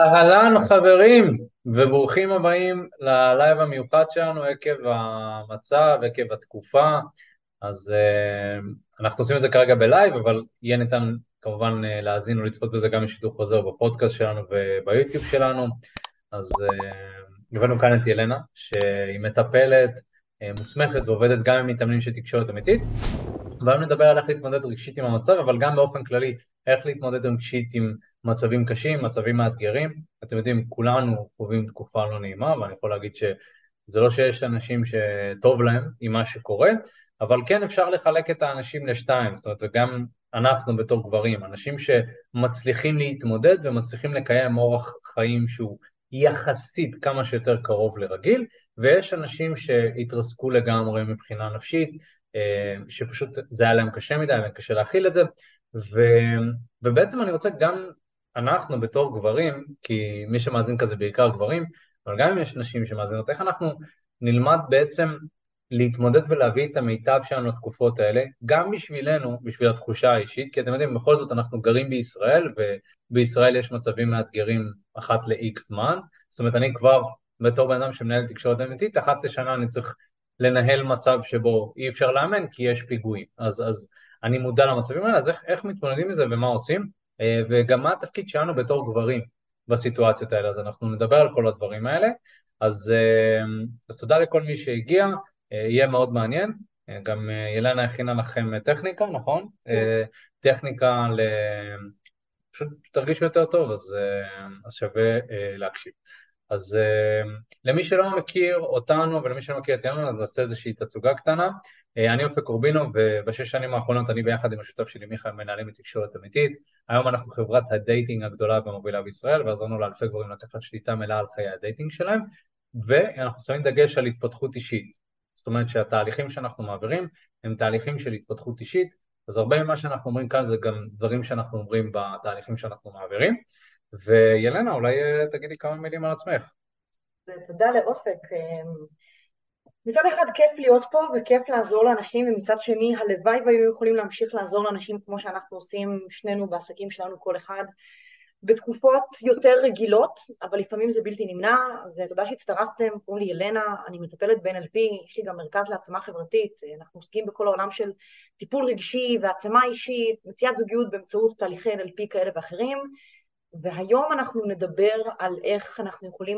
אהלן חברים, וברוכים הבאים ללייב המיוחד שלנו עקב המצב, עקב התקופה. אז אנחנו עושים את זה כרגע בלייב, אבל יהיה ניתן כמובן להאזין ולצפות בזה גם בשידור חוזר בפודקאסט שלנו וביוטיוב שלנו. אז הבאנו כאן את ילנה, שהיא מטפלת, מוסמכת ועובדת גם עם מתאמנים של תקשורת אמיתית, והיום נדבר על איך להתמודד רגשית עם המצב, אבל גם באופן כללי, איך להתמודד רגשית עם מצבים קשים, מצבים מאתגרים. אתם יודעים, כולנו חווים תקופה לא נעימה, ואני יכול להגיד שזה לא שיש אנשים שטוב להם עם מה שקורה, אבל כן אפשר לחלק את האנשים לשתיים, זאת אומרת, וגם אנחנו בתור גברים, אנשים שמצליחים להתמודד ומצליחים לקיים אורח חיים שהוא יחסית כמה שיותר קרוב לרגיל, ויש אנשים שהתרסקו לגמרי מבחינה נפשית, שפשוט זה היה להם קשה מדי, היה להם קשה להכיל את זה, ו, ובעצם אני רוצה גם אנחנו בתור גברים, כי מי שמאזין כזה בעיקר גברים, אבל גם אם יש נשים שמאזינות, איך אנחנו נלמד בעצם להתמודד ולהביא את המיטב שלנו לתקופות האלה, גם בשבילנו, בשביל התחושה האישית, כי אתם יודעים, בכל זאת אנחנו גרים בישראל, ובישראל יש מצבים מאתגרים אחת ל-X זמן, זאת אומרת, אני כבר בתור בן אדם שמנהל תקשורת אמיתית, אחת לשנה אני צריך לנהל מצב שבו אי אפשר לאמן כי יש פיגועים. אז אני מודע למצבים האלה, אז איך מתמודדים מזה ומה עושים, וגם מה התפקיד שלנו בתור גברים בסיטואציות האלה, אז אנחנו נדבר על כל הדברים האלה. אז תודה לכל מי שהגיע, יהיה מאוד מעניין. גם ילנה הכינה לכם טכניקה, נכון? טכניקה פשוט תרגישו יותר טוב, אז שווה להקשיב. אז למי שלא מכיר אותנו ולמי שלא מכיר את ילנה, אז נעשה איזושהי תצוגה קטנה. אני אופק קורבינו, ובשש שנים האחרונות אני ביחד עם השותף שלי מיכאל מנהלים את תקשורת אמיתית. היום אנחנו חברת הדייטינג הגדולה והמובילה בישראל, ועזרנו לאלפי גברים לקחת שליטה מלאה על חיי הדייטינג שלהם, ואנחנו שמים דגש על התפתחות אישית. זאת אומרת שהתהליכים שאנחנו מעבירים הם תהליכים של התפתחות אישית, אז הרבה ממה שאנחנו אומרים כאן זה גם דברים שאנחנו אומרים בתהליכים שאנחנו מעבירים. וילנה, אולי תגידי כמה מילים על עצמך. תודה לאופק. מצד אחד כיף להיות פה וכיף לעזור לאנשים, ומצד שני הלוואי והיו יכולים להמשיך לעזור לאנשים כמו שאנחנו עושים שנינו בעסקים שלנו, כל אחד בתקופות יותר רגילות, אבל לפעמים זה בלתי נמנע. אז תודה שהצטרפתם, קוראים לי ילנה, אני מטפלת ב-NLP, יש לי גם מרכז להעצמה חברתית, אנחנו עוסקים בכל העולם של טיפול רגשי והעצמה אישית, מציאת זוגיות באמצעות תהליכי NLP כאלה ואחרים, והיום אנחנו נדבר על איך אנחנו יכולים,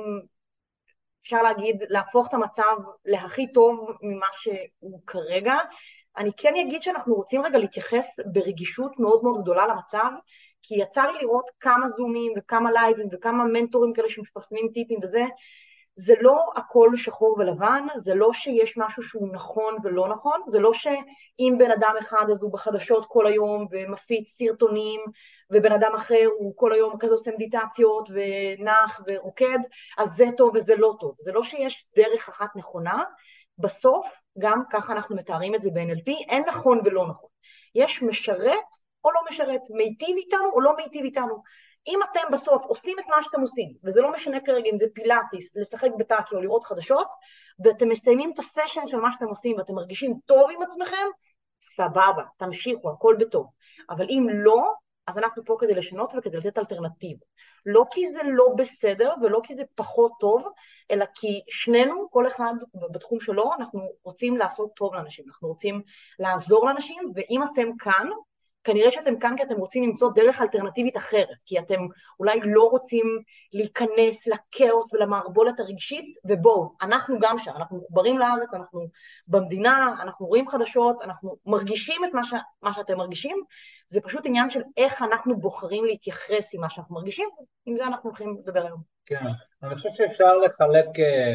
אפשר להגיד, להפוך את המצב להכי טוב ממה שהוא כרגע. אני כן אגיד שאנחנו רוצים רגע להתייחס ברגישות מאוד מאוד גדולה למצב, כי יצא לי לראות כמה זומים וכמה לייבים וכמה מנטורים כאלה שמפרסמים טיפים וזה, זה לא הכל שחור ולבן, זה לא שיש משהו שהוא נכון ולא נכון, זה לא שאם בן אדם אחד אז הוא בחדשות כל היום ומפיץ סרטונים, ובן אדם אחר הוא כל היום כזה עושה מדיטציות ונח ורוקד, אז זה טוב וזה לא טוב. זה לא שיש דרך אחת נכונה, בסוף גם ככה אנחנו מתארים את זה ב-NLP, אין נכון ולא נכון. יש משרת או לא משרת, מיטיב איתנו או לא מיטיב איתנו. אם אתם בסוף עושים את מה שאתם עושים, וזה לא משנה כרגע אם זה פילאטיס, לשחק בטאקי או לראות חדשות, ואתם מסיימים את הסשן של מה שאתם עושים ואתם מרגישים טוב עם עצמכם, סבבה, תמשיכו, הכל בטוב. אבל אם לא, אז אנחנו פה כדי לשנות וכדי לתת אלטרנטיב. לא כי זה לא בסדר ולא כי זה פחות טוב, אלא כי שנינו, כל אחד בתחום שלו, אנחנו רוצים לעשות טוב לאנשים, אנחנו רוצים לעזור לאנשים, ואם אתם כאן, כנראה שאתם כאן כי אתם רוצים למצוא דרך אלטרנטיבית אחרת, כי אתם אולי לא רוצים להיכנס לכאוס ולמערבולת הרגשית, ובואו, אנחנו גם שם, אנחנו מחוברים לארץ, אנחנו במדינה, אנחנו רואים חדשות, אנחנו מרגישים את מה שאתם מרגישים, זה פשוט עניין של איך אנחנו בוחרים להתייחס עם מה שאנחנו מרגישים, עם זה אנחנו הולכים לדבר היום. כן, אני חושב שאפשר לחלק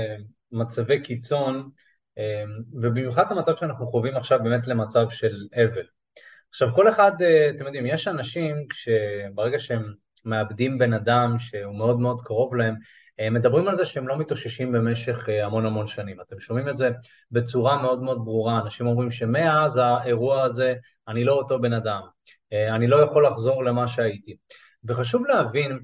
מצבי קיצון, ובמיוחד המצב שאנחנו חווים עכשיו באמת למצב של אבל. עכשיו, כל אחד, אתם יודעים, יש אנשים שברגע שהם מאבדים בן אדם שהוא מאוד מאוד קרוב להם, מדברים על זה שהם לא מתאוששים במשך המון המון שנים. אתם שומעים את זה בצורה מאוד מאוד ברורה. אנשים אומרים שמאז האירוע הזה אני לא אותו בן אדם, אני לא יכול לחזור למה שהייתי. וחשוב להבין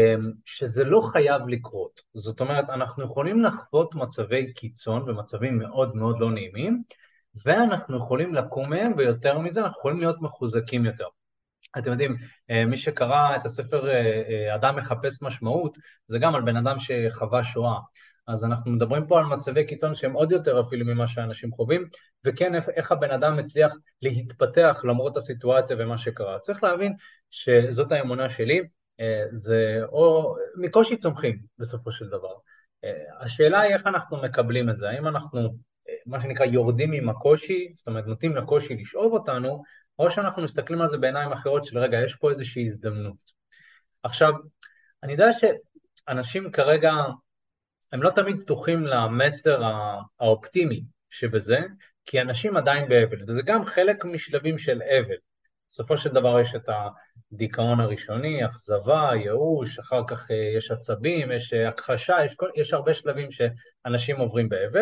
שזה לא חייב לקרות. זאת אומרת, אנחנו יכולים לחוות מצבי קיצון ומצבים מאוד מאוד לא נעימים, ואנחנו יכולים לקום מהם, ויותר מזה אנחנו יכולים להיות מחוזקים יותר. אתם יודעים, מי שקרא את הספר אדם מחפש משמעות, זה גם על בן אדם שחווה שואה. אז אנחנו מדברים פה על מצבי קיצון שהם עוד יותר אפילו ממה שאנשים חווים, וכן איך הבן אדם מצליח להתפתח למרות הסיטואציה ומה שקרה. צריך להבין שזאת האמונה שלי, זה או מקושי צומחים בסופו של דבר. השאלה היא איך אנחנו מקבלים את זה, האם אנחנו, מה שנקרא, יורדים עם הקושי, זאת אומרת נוטים לקושי לשאוב אותנו, או שאנחנו מסתכלים על זה בעיניים אחרות של רגע, יש פה איזושהי הזדמנות. עכשיו, אני יודע שאנשים כרגע, הם לא תמיד פתוחים למסר האופטימי שבזה, כי אנשים עדיין באבל, וזה גם חלק משלבים של אבל. בסופו של דבר יש את הדיכאון הראשוני, אכזבה, ייאוש, אחר כך יש עצבים, יש הכחשה, יש הרבה שלבים שאנשים עוברים באבל,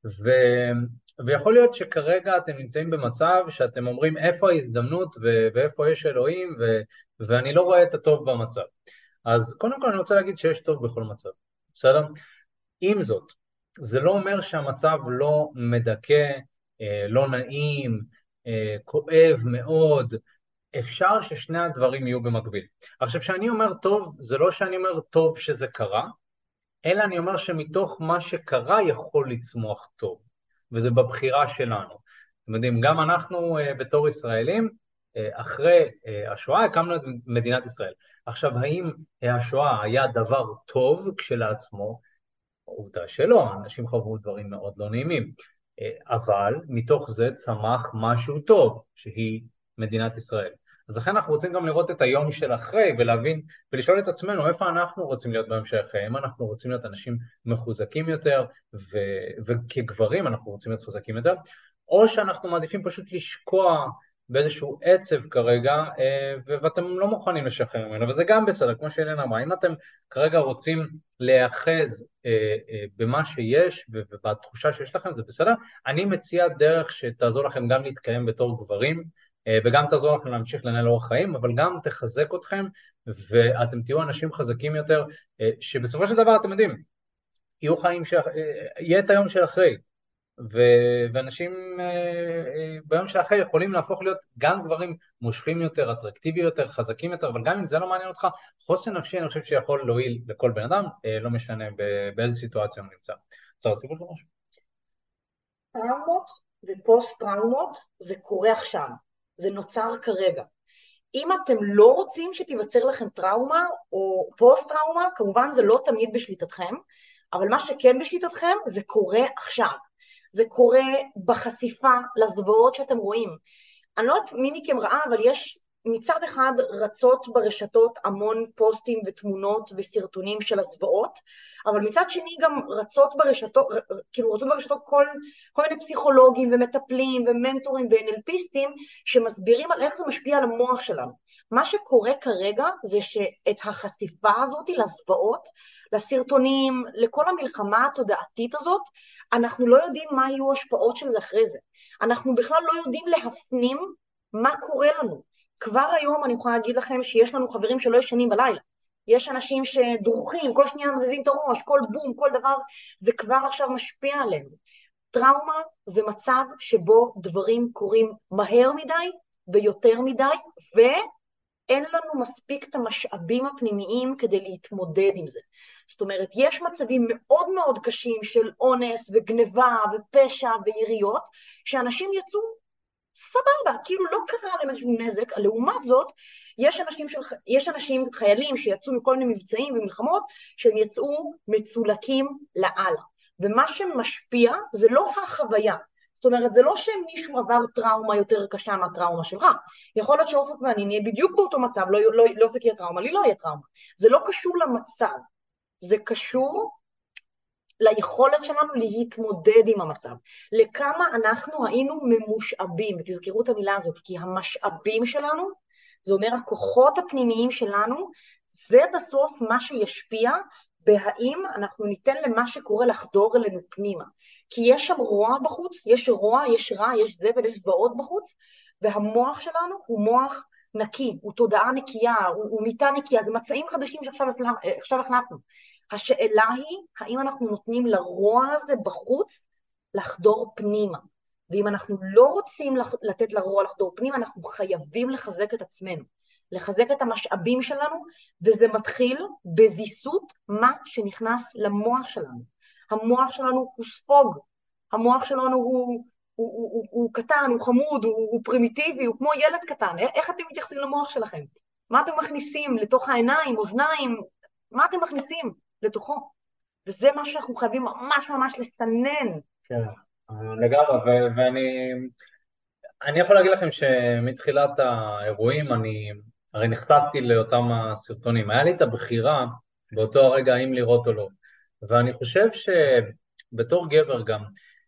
ויכול להיות שכרגע אתם נמצאים במצב שאתם אומרים איפה ההזדמנות ואיפה יש אלוהים, ואני לא רואה את הטוב במצב. אז קודם כל אני רוצה להגיד שיש טוב בכל מצב, בסדר? עם זאת, זה לא אומר שהמצב לא מדכא, לא נעים, כואב מאוד, אפשר ששני הדברים יהיו במקביל. עכשיו, כשאני אומר טוב, זה לא שאני אומר טוב שזה קרה, אלא אני אומר שמתוך מה שקרה יכול לצמוח טוב, וזה בבחירה שלנו. אתם יודעים, גם אנחנו בתור ישראלים, אחרי השואה הקמנו את מדינת ישראל. עכשיו, האם השואה היה דבר טוב כשלעצמו? עובדה שלא, אנשים חוו דברים מאוד לא נעימים, אבל מתוך זה צמח משהו טוב, שהיא מדינת ישראל. אז לכן אנחנו רוצים גם לראות את היום של אחרי, ולהבין, ולשאול את עצמנו איפה אנחנו רוצים להיות בהמשך, האם אנחנו רוצים להיות אנשים מחוזקים יותר, וכגברים אנחנו רוצים להיות חזקים יותר, או שאנחנו מעדיפים פשוט לשקוע באיזשהו עצב כרגע, ואתם לא מוכנים לשחרר ממנו, וזה גם בסדר, כמו שאלנה אמרה, אם אתם כרגע רוצים להיאחז במה שיש ובתחושה שיש לכם, זה בסדר. אני מציע דרך שתעזור לכם גם להתקיים בתור גברים, וגם תעזור לכם להמשיך לנהל אורח חיים, אבל גם תחזק אתכם, ואתם תהיו אנשים חזקים יותר, שבסופו של דבר אתם יודעים, יהיו חיים, יהיה את היום של אחרי, ואנשים ביום שאחרי יכולים להפוך להיות גם גברים מושכים יותר, אטרקטיביים יותר, חזקים יותר, אבל גם אם זה לא מעניין אותך, חוסן נפשי אני חושב שיכול להועיל לכל בן אדם, לא משנה באיזה סיטואציה הוא נמצא. צריך להוסיף על זה משהו? טראומות ופוסט טראומות זה קורה עכשיו, זה נוצר כרגע. אם אתם לא רוצים שתיווצר לכם טראומה או פוסט טראומה, כמובן זה לא תמיד בשליטתכם, אבל מה שכן בשליטתכם זה קורה עכשיו. זה קורה בחשיפה לזוועות שאתם רואים. אני לא יודעת מי מכם ראה, אבל יש מצד אחד רצות ברשתות המון פוסטים ותמונות וסרטונים של הזוועות, אבל מצד שני גם רצות ברשתות, כאילו רצות ברשתות כל מיני פסיכולוגים ומטפלים ומנטורים ואנלפיסטים שמסבירים על איך זה משפיע על המוח שלנו. מה שקורה כרגע זה שאת החשיפה הזאת לזוועות, לסרטונים, לכל המלחמה התודעתית הזאת, אנחנו לא יודעים מה יהיו השפעות של זה אחרי זה. אנחנו בכלל לא יודעים להפנים מה קורה לנו. כבר היום אני יכולה להגיד לכם שיש לנו חברים שלא ישנים בלילה. יש אנשים שדרוכים, כל שנייה מזיזים את הראש, כל בום, כל דבר, זה כבר עכשיו משפיע עלינו. טראומה זה מצב שבו דברים קורים מהר מדי ויותר מדי, ואין לנו מספיק את המשאבים הפנימיים כדי להתמודד עם זה. זאת אומרת, יש מצבים מאוד מאוד קשים של אונס וגניבה ופשע ויריות, שאנשים יצאו סבבה, כאילו לא קרה להם איזשהו נזק. לעומת זאת, יש אנשים, חיילים שיצאו מכל מיני מבצעים ומלחמות, שהם יצאו מצולקים לעלה. ומה שמשפיע זה לא החוויה. זאת אומרת, זה לא שמישהו עבר טראומה יותר קשה מהטראומה שלך. יכול להיות שאופק ואני נהיה בדיוק באותו מצב, לא אופק יהיה טראומה, לי לא יהיה טראומה. זה לא קשור למצב, זה קשור ליכולת שלנו להתמודד עם המצב, לכמה אנחנו היינו ממושאבים, ותזכרו את המילה הזאת, כי המשאבים שלנו, זה אומר הכוחות הפנימיים שלנו, זה בסוף מה שישפיע בהאם אנחנו ניתן למה שקורה לחדור אלינו פנימה. כי יש שם רוע בחוץ, יש רוע, יש רע, יש זבל, יש זוועות בחוץ, והמוח שלנו הוא מוח נקי, הוא תודעה נקייה, הוא מיטה נקייה, זה מצעים חדשים שעכשיו החלפנו. השאלה היא, האם אנחנו נותנים לרוע הזה בחוץ לחדור פנימה? ואם אנחנו לא רוצים לתת לרוע לחדור פנימה, אנחנו חייבים לחזק את עצמנו. לחזק את המשאבים שלנו, וזה מתחיל בוויסות מה שנכנס למוח שלנו. המוח שלנו הוא ספוג, המוח שלנו הוא קטן, הוא חמוד, הוא פרימיטיבי, הוא כמו ילד קטן. איך אתם מתייחסים למוח שלכם? מה אתם מכניסים לתוך העיניים, אוזניים? מה אתם מכניסים לתוכו? וזה מה שאנחנו חייבים ממש ממש לסנן. כן, לגמרי, ואני יכול להגיד לכם שמתחילת האירועים אני הרי נחשפתי לאותם הסרטונים, היה לי את הבחירה באותו הרגע האם לראות או לא, ואני חושב שבתור גבר גם,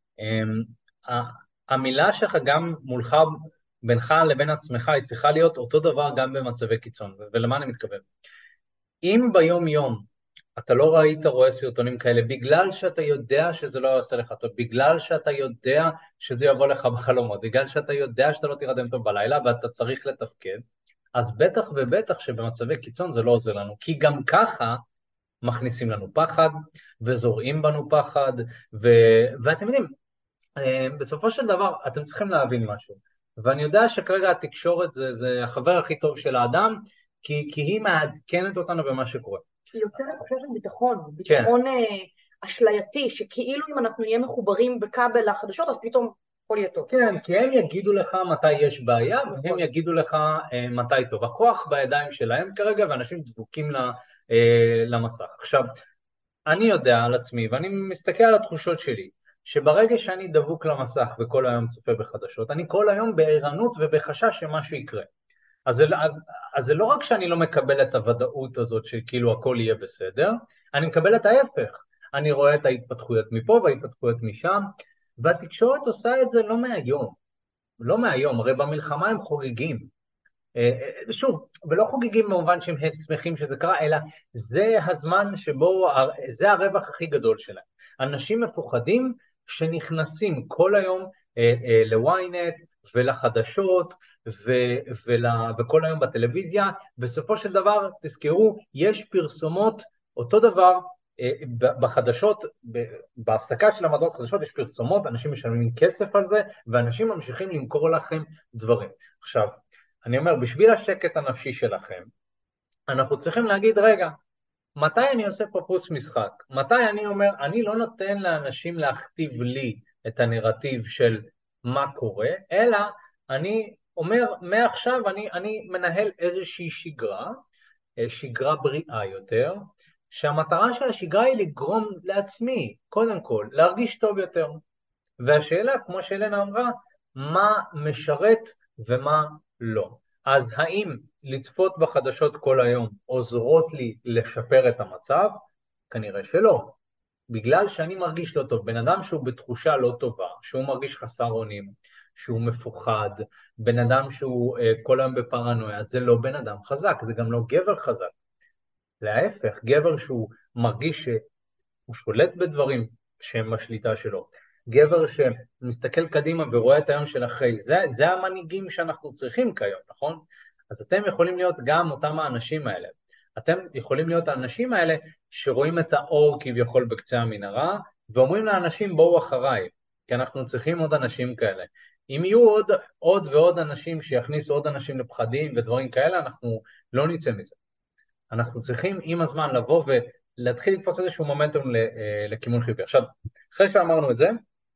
המילה שלך גם מולך, בינך לבין עצמך, היא צריכה להיות אותו דבר גם במצבי קיצון, ולמה אני מתכוון? אם ביום יום אתה לא רואה סרטונים כאלה, בגלל שאתה יודע שזה לא יעשה לך טוב, בגלל שאתה יודע שזה יבוא לך בחלומות, בגלל שאתה יודע שאתה לא תירדם טוב בלילה ואתה צריך לתפקד, אז בטח ובטח שבמצבי קיצון זה לא עוזר לנו, כי גם ככה מכניסים לנו פחד וזורעים בנו פחד, ואתם יודעים, בסופו של דבר אתם צריכים להבין משהו, ואני יודע שכרגע התקשורת זה החבר הכי טוב של האדם, כי היא מעדכנת אותנו במה שקורה. היא יוצרת תחושה של ביטחון, ביטחון אשלייתי, שכאילו אם אנחנו נהיה מחוברים בכבל לחדשות, אז פתאום הכל יהיה טוב. כן, כי הם יגידו לך מתי יש בעיה, והם יגידו לך מתי טוב. הכוח בידיים שלהם כרגע, ואנשים דבוקים למסך. עכשיו, אני יודע על עצמי, ואני מסתכל על התחושות שלי, שברגע שאני דבוק למסך וכל היום צופה בחדשות, אני כל היום בערנות ובחשש שמשהו יקרה. אז זה לא רק שאני לא מקבל את הוודאות הזאת שכאילו הכל יהיה בסדר, אני מקבל את ההפך. אני רואה את ההתפתחויות מפה וההתפתחויות משם, והתקשורת עושה את זה לא מהיום. לא מהיום, הרי במלחמה הם חוגגים. שוב, ולא חוגגים במובן שהם שמחים שזה קרה, אלא זה הזמן שבו, זה הרווח הכי גדול שלהם. אנשים מפוחדים שנכנסים כל היום לוויינט ולחדשות, וכל היום בטלוויזיה, בסופו של דבר, תזכרו, יש פרסומות, אותו דבר, בחדשות, בהפסקה של המדעות חדשות יש פרסומות, אנשים משלמים כסף על זה, ואנשים ממשיכים למכור לכם דברים. עכשיו, אני אומר, בשביל השקט הנפשי שלכם, אנחנו צריכים להגיד, רגע, מתי אני עושה פה פוס משחק? מתי אני אומר, אני לא נותן לאנשים להכתיב לי את הנרטיב של מה קורה, אלא אני אומר, מעכשיו אני מנהל איזושהי שגרה בריאה יותר, שהמטרה של השגרה היא לגרום לעצמי, קודם כל, להרגיש טוב יותר. והשאלה, כמו שאלנה אמרה, מה משרת ומה לא. אז האם לצפות בחדשות כל היום עוזרות לי לשפר את המצב? כנראה שלא. בגלל שאני מרגיש לא טוב, בן אדם שהוא בתחושה לא טובה, שהוא מרגיש חסר אונים, שהוא מפוחד, בן אדם שהוא כל היום בפרנויה, זה לא בן אדם חזק, זה גם לא גבר חזק. להפך, גבר שהוא מרגיש שהוא שולט בדברים שהם בשליטה שלו, גבר שמסתכל קדימה ורואה את היום של אחרי, זה המנהיגים שאנחנו צריכים כיום, נכון? אז אתם יכולים להיות גם אותם האנשים האלה, אתם יכולים להיות האנשים האלה שרואים את האור כביכול בקצה המנהרה, ואומרים לאנשים בואו אחריי, כי אנחנו צריכים עוד אנשים כאלה. אם יהיו עוד ועוד אנשים שיכניסו עוד אנשים לפחדים ודברים כאלה, אנחנו לא נצא מזה. אנחנו צריכים עם הזמן לבוא ולהתחיל לתפוס איזשהו מומנטום לכיוון חיובי. עכשיו, אחרי שאמרנו את זה,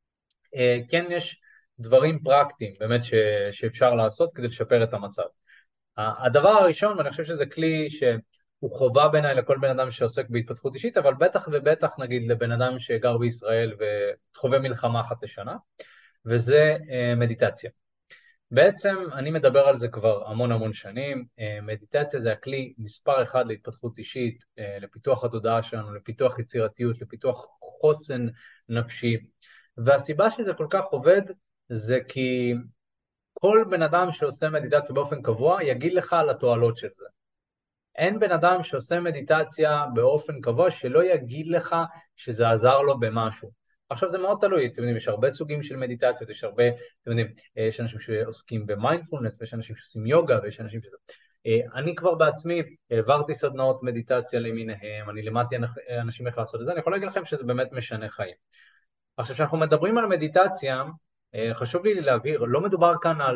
כן יש דברים פרקטיים באמת שאפשר לעשות כדי לשפר את המצב. הדבר הראשון, ואני חושב שזה כלי שהוא חובה בעיניי לכל בן אדם שעוסק בהתפתחות אישית, אבל בטח ובטח נגיד לבן אדם שגר בישראל וחווה מלחמה אחת לשנה, וזה מדיטציה. בעצם אני מדבר על זה כבר המון שנים, מדיטציה זה הכלי מספר אחד להתפתחות אישית, לפיתוח התודעה שלנו, לפיתוח יצירתיות, לפיתוח חוסן נפשי, והסיבה שזה כל כך עובד זה כי כל בן אדם שעושה מדיטציה באופן קבוע יגיד לך על התועלות של זה. אין בן אדם שעושה מדיטציה באופן קבוע שלא יגיד לך שזה עזר לו במשהו. עכשיו זה מאוד תלוי, אתם יודעים, יש הרבה סוגים של מדיטציות, יש הרבה, אתם יודעים, יש אנשים שעוסקים במיינדפולנס, ויש אנשים שעושים יוגה, ויש אנשים שזה. אני כבר בעצמי העברתי סדנאות מדיטציה למיניהם, אני למדתי אנשים איך לעשות את זה, אני יכול להגיד לכם שזה באמת משנה חיים. עכשיו, כשאנחנו מדברים על מדיטציה, חשוב לי להבהיר, לא מדובר כאן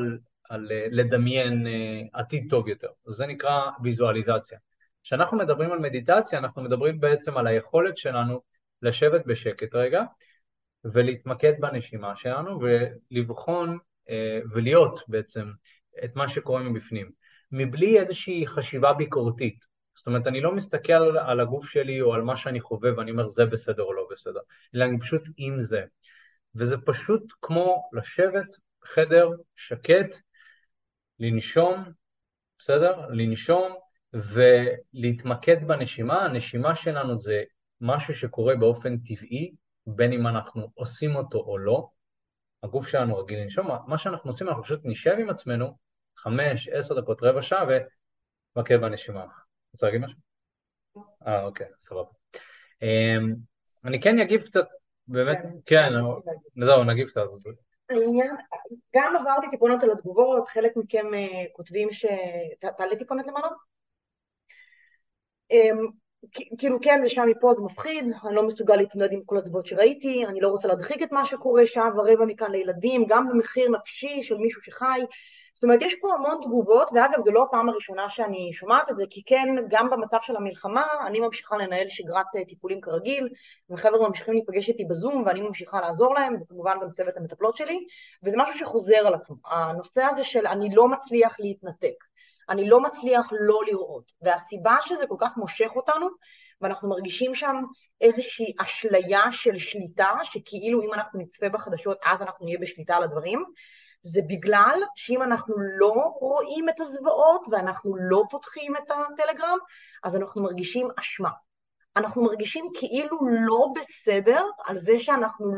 לדמיין עתיד טוב יותר. זה נקרא ויזואליזציה. כשאנחנו מדברים על מדיטציה, אנחנו מדברים בעצם על היכולת שלנו לשבת בשקט רגע, ולהתמקד בנשימה שלנו, ולבחון ולהיות בעצם את מה שקורה מבפנים, מבלי איזושהי חשיבה ביקורתית. זאת אומרת, אני לא מסתכל על הגוף שלי או על מה שאני חווה, ואני אומר זה בסדר או לא בסדר, אלא אני פשוט עם זה. וזה פשוט כמו לשבת חדר שקט, לנשום, בסדר? לנשום ולהתמקד בנשימה. הנשימה שלנו זה משהו שקורה באופן טבעי, בין אם אנחנו עושים אותו או לא. הגוף שלנו רגיל לנשום, מה שאנחנו עושים, אנחנו פשוט נשב עם עצמנו 5, 10 דקות, רבע שעה, ומתמקד בנשימה. רוצה להגיד משהו? אוקיי, סבבה. אני כן אגיב קצת, באמת, כן, זהו, נגיב קצת. העניין, גם עברתי טיפונות על התגובות, חלק מכם כותבים תעלה טיפונת למעלה? כאילו כן, זה שם מפה, זה מפחיד, אני לא מסוגל להתמודד עם כל הזוועות שראיתי, אני לא רוצה להדחיק את מה שקורה שעה ורבע מכאן לילדים, גם במחיר נפשי של מישהו שחי. זאת אומרת, יש פה המון תגובות, ואגב, זו לא הפעם הראשונה שאני שומעת את זה, כי כן, גם במצב של המלחמה, אני ממשיכה לנהל שגרת טיפולים כרגיל, וחבר'ה ממשיכים להיפגש איתי בזום, ואני ממשיכה לעזור להם, וכמובן גם צוות המטפלות שלי, וזה משהו שחוזר על עצמו. הנושא הזה של אני לא מצליח להתנתק, אני לא מצליח לא לראות, והסיבה שזה כל כך מושך אותנו, ואנחנו מרגישים שם איזושהי אשליה של שליטה, שכאילו אם אנחנו נצפה בחדשות, אז אנחנו נהיה בשליטה על הדברים, זה בגלל שאם אנחנו לא רואים את הזוועות, ואנחנו לא פותחים את הטלגרם, אז אנחנו מרגישים אשמה. אנחנו מרגישים כאילו לא בסדר, על זה שאנחנו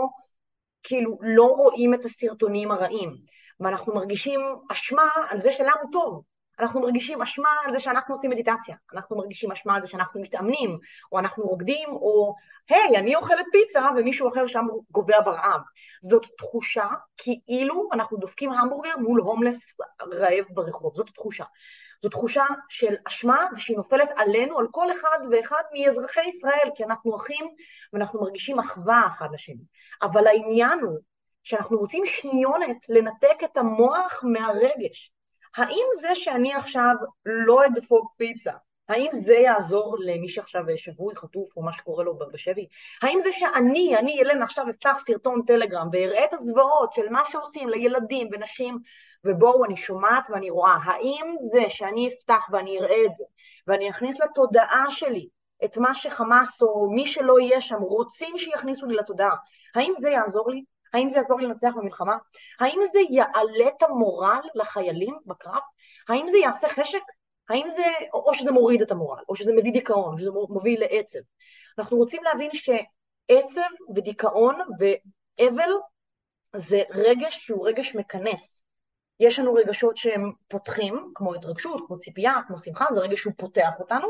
לא רואים את הסרטונים הרעים, ואנחנו מרגישים אשמה על זה שלנו טוב. אנחנו מרגישים אשמה על זה שאנחנו עושים מדיטציה, אנחנו מרגישים אשמה על זה שאנחנו מתאמנים, או אנחנו רוקדים, או היי, אני אוכלת פיצה ומישהו אחר שם גובע ברעב. זאת תחושה כאילו אנחנו דופקים המבורגר מול הומלס רעב ברחוב, זאת תחושה. זו תחושה של אשמה ושהיא נופלת עלינו, על כל אחד ואחד מאזרחי ישראל, כי אנחנו אחים ואנחנו מרגישים אחווה אחד לשני. אבל העניין הוא שאנחנו רוצים שניונת לנתק את המוח מהרגש. האם זה שאני עכשיו לא אדפוק פיצה, האם זה יעזור למי שעכשיו שבוי, חטוף או מה שקורה לו בשבי? האם זה שאני ילנה עכשיו אפתח סרטון טלגרם ואראה את הזוועות של מה שעושים לילדים ונשים, ובואו אני שומעת ואני רואה, האם זה שאני אפתח ואני אראה את זה, ואני אכניס לתודעה שלי את מה שחמאס או מי שלא יהיה שם רוצים שיכניסו לי לתודעה, האם זה יעזור לי? האם זה יעזור לי לנצח במלחמה? האם זה יעלה את המורל לחיילים בקרב? האם זה יעשה חשק? האם זה, או שזה מוריד את המורל, או שזה מדיד דיכאון, או שזה מוביל לעצב? אנחנו רוצים להבין שעצב ודיכאון ואבל זה רגש שהוא רגש מכנס. יש לנו רגשות שהם פותחים, כמו התרגשות, כמו ציפייה, כמו שמחה, זה רגש שהוא פותח אותנו.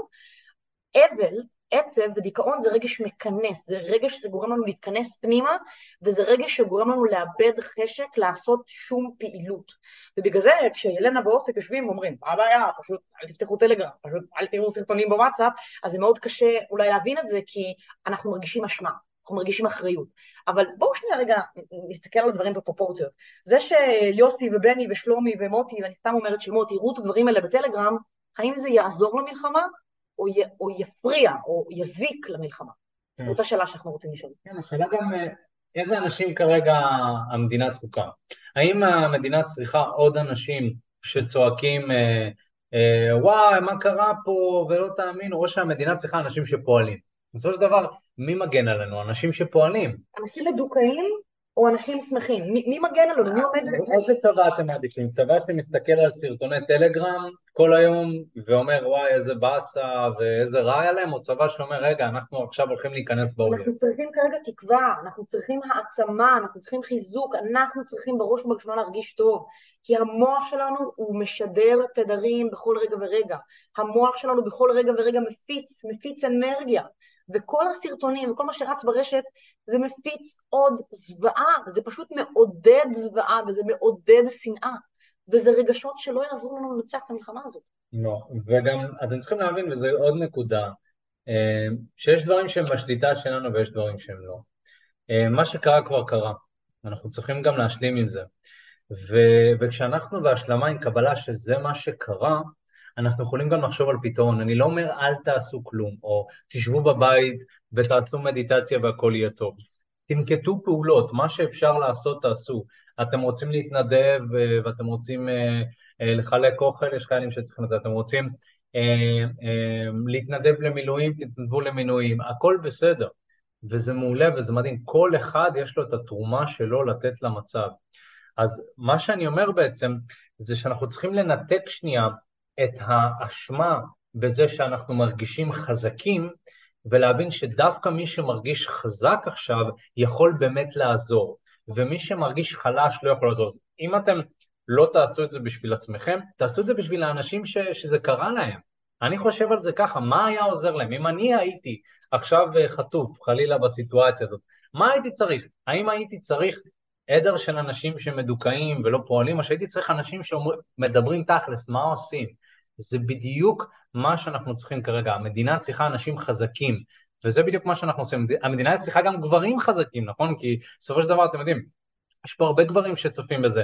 אבל, עצב ודיכאון זה רגש מכנס, זה רגש שגורם לנו להתכנס פנימה, וזה רגש שגורם לנו לאבד חשק לעשות שום פעילות. ובגלל זה כשילנה באופק יושבים ואומרים, מה הבעיה, פשוט אל תפתחו טלגרם, פשוט אל תראו סרטונים בוואטסאפ, אז זה מאוד קשה אולי להבין את זה, כי אנחנו מרגישים אשמה, אנחנו מרגישים אחריות. אבל בואו שנייה רגע נסתכל על דברים בפרופורציות. זה שיוסי ובני ושלומי ומוטי, ואני סתם אומרת שמות, יראו את הדברים האלה בטלגרם, האם זה יעזור למלחמה? או יפריע, או יזיק למלחמה. זאת השאלה שאנחנו רוצים לשאול. כן, השאלה גם איזה אנשים כרגע המדינה זקוקה. האם המדינה צריכה עוד אנשים שצועקים, וואי, מה קרה פה, ולא תאמינו, או שהמדינה צריכה אנשים שפועלים. בסופו של דבר, מי מגן עלינו? אנשים שפועלים. אנשים מדוכאים או אנשים שמחים? מי מגן עלינו? מי עומד? איזה צבא אתם מעדיפים? צבא שמסתכל על סרטוני טלגרם כל היום ואומר וואי איזה באסה ואיזה רע היה להם, או צבא שאומר רגע אנחנו עכשיו הולכים להיכנס באויב? אנחנו צריכים כרגע תקווה, אנחנו צריכים העצמה, אנחנו צריכים חיזוק, אנחנו צריכים בראש ובראשונה להרגיש טוב, כי המוח שלנו הוא משדר תדרים בכל רגע ורגע, המוח שלנו בכל רגע ורגע מפיץ אנרגיה, וכל הסרטונים וכל מה שרץ ברשת זה מפיץ עוד זוועה, זה פשוט מעודד זוועה וזה מעודד שנאה, וזה רגשות שלא יעזרו לנו לנצח את המלחמה הזאת. לא, וגם אתם צריכים להבין, וזה עוד נקודה, שיש דברים שהם בשליטה שלנו ויש דברים שהם לא. מה שקרה כבר קרה, אנחנו צריכים גם להשלים עם זה. וכשאנחנו בהשלמה עם קבלה שזה מה שקרה, אנחנו יכולים גם לחשוב על פתרון. אני לא אומר אל תעשו כלום, או תשבו בבית ותעשו מדיטציה והכל יהיה טוב. תנקטו פעולות, מה שאפשר לעשות תעשו. אתם רוצים להתנדב ואתם רוצים לחלק אוכל, יש חיילים שצריכים לדעת, אתם רוצים להתנדב למילואים, תתנדבו למילואים, הכל בסדר. וזה מעולה וזה מדהים, כל אחד יש לו את התרומה שלו לתת למצב. אז מה שאני אומר בעצם, זה שאנחנו צריכים לנתק שנייה את האשמה בזה שאנחנו מרגישים חזקים, ולהבין שדווקא מי שמרגיש חזק עכשיו יכול באמת לעזור, ומי שמרגיש חלש לא יכול לעזור. אם אתם לא תעשו את זה בשביל עצמכם, תעשו את זה בשביל האנשים שזה קרה להם. אני חושב על זה ככה, מה היה עוזר להם? אם אני הייתי עכשיו חטוף, חלילה בסיטואציה הזאת, מה הייתי צריך? האם הייתי צריך עדר של אנשים שמדוכאים ולא פועלים, או שהייתי צריך אנשים שמדברים תכלס, מה עושים? זה בדיוק מה שאנחנו צריכים כרגע, המדינה צריכה אנשים חזקים, וזה בדיוק מה שאנחנו עושים, המדינה צריכה גם גברים חזקים, נכון? כי בסופו של דבר, אתם יודעים, יש פה הרבה גברים שצופים בזה,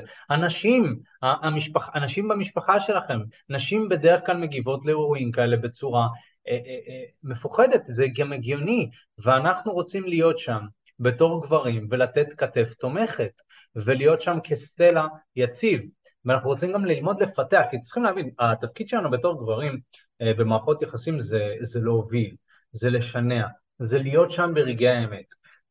אנשים במשפחה שלכם, נשים בדרך כלל מגיבות לאירועים כאלה בצורה מפוחדת, זה גם הגיוני, ואנחנו רוצים להיות שם בתור גברים ולתת כתף תומכת, ולהיות שם כסלע יציב, ואנחנו רוצים גם ללמוד לפתח, כי צריכים להבין, התפקיד שלנו בתור גברים במערכות יחסים זה להוביל, זה לשנע, זה להיות שם ברגעי האמת,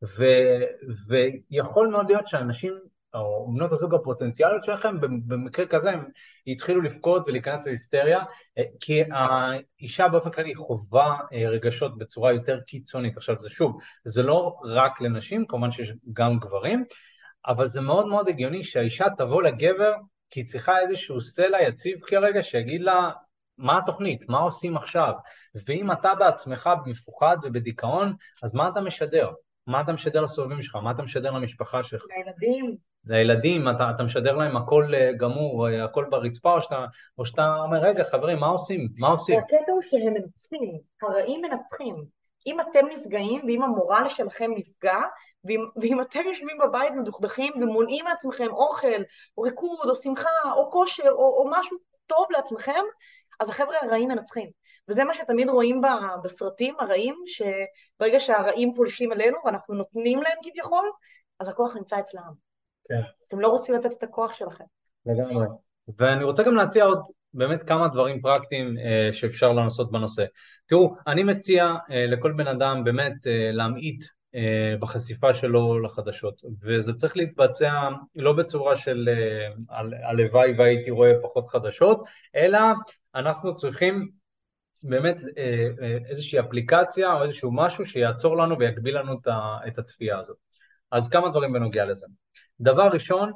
ויכול מאוד להיות שאנשים, או בנות הזוג הפוטנציאליות שלכם, במקרה כזה הם יתחילו לפקוד ולהיכנס להיסטריה, כי האישה באופן כללי חובה רגשות בצורה יותר קיצונית. עכשיו זה שוב, זה לא רק לנשים, כמובן שיש גם גברים, אבל זה מאוד מאוד הגיוני שהאישה תבוא לגבר, כי היא צריכה איזשהו סלע יציב כרגע, שיגיד לה מה התוכנית, מה עושים עכשיו, ואם אתה בעצמך מפוחד ובדיכאון, אז מה אתה משדר? מה אתה משדר לסובבים שלך? מה אתה משדר למשפחה שלך? לילדים. לילדים, אתה משדר להם הכל גמור, הכל ברצפה, או שאתה אומר, רגע חברים, מה עושים? מה עושים? והקטע הוא שהם מנצחים, הרעים מנצחים. אם אתם נפגעים, ואם המורל שלכם נפגע, ואם אתם יושבים בבית מדוכדכים ומונעים מעצמכם אוכל, או ריקוד, או שמחה, או כושר, או משהו טוב לעצמכם, אז החבר'ה הרעים מנצחים. וזה מה שתמיד רואים בסרטים הרעים, שברגע שהרעים פולשים אלינו, ואנחנו נותנים להם כביכול, אז הכוח נמצא אצלם. כן. אתם לא רוצים לתת את הכוח שלכם. לגמרי. ואני רוצה גם להציע עוד באמת כמה דברים פרקטיים שאפשר לנסות בנושא. תראו, אני מציע לכל בן אדם באמת להמעיט בחשיפה שלו לחדשות, וזה צריך להתבצע לא בצורה של הלוואי והייתי רואה פחות חדשות, אלא אנחנו צריכים באמת איזושהי אפליקציה או איזשהו משהו שיעצור לנו ויגביל לנו את הצפייה הזאת. אז כמה דברים בנוגע לזה. דבר ראשון,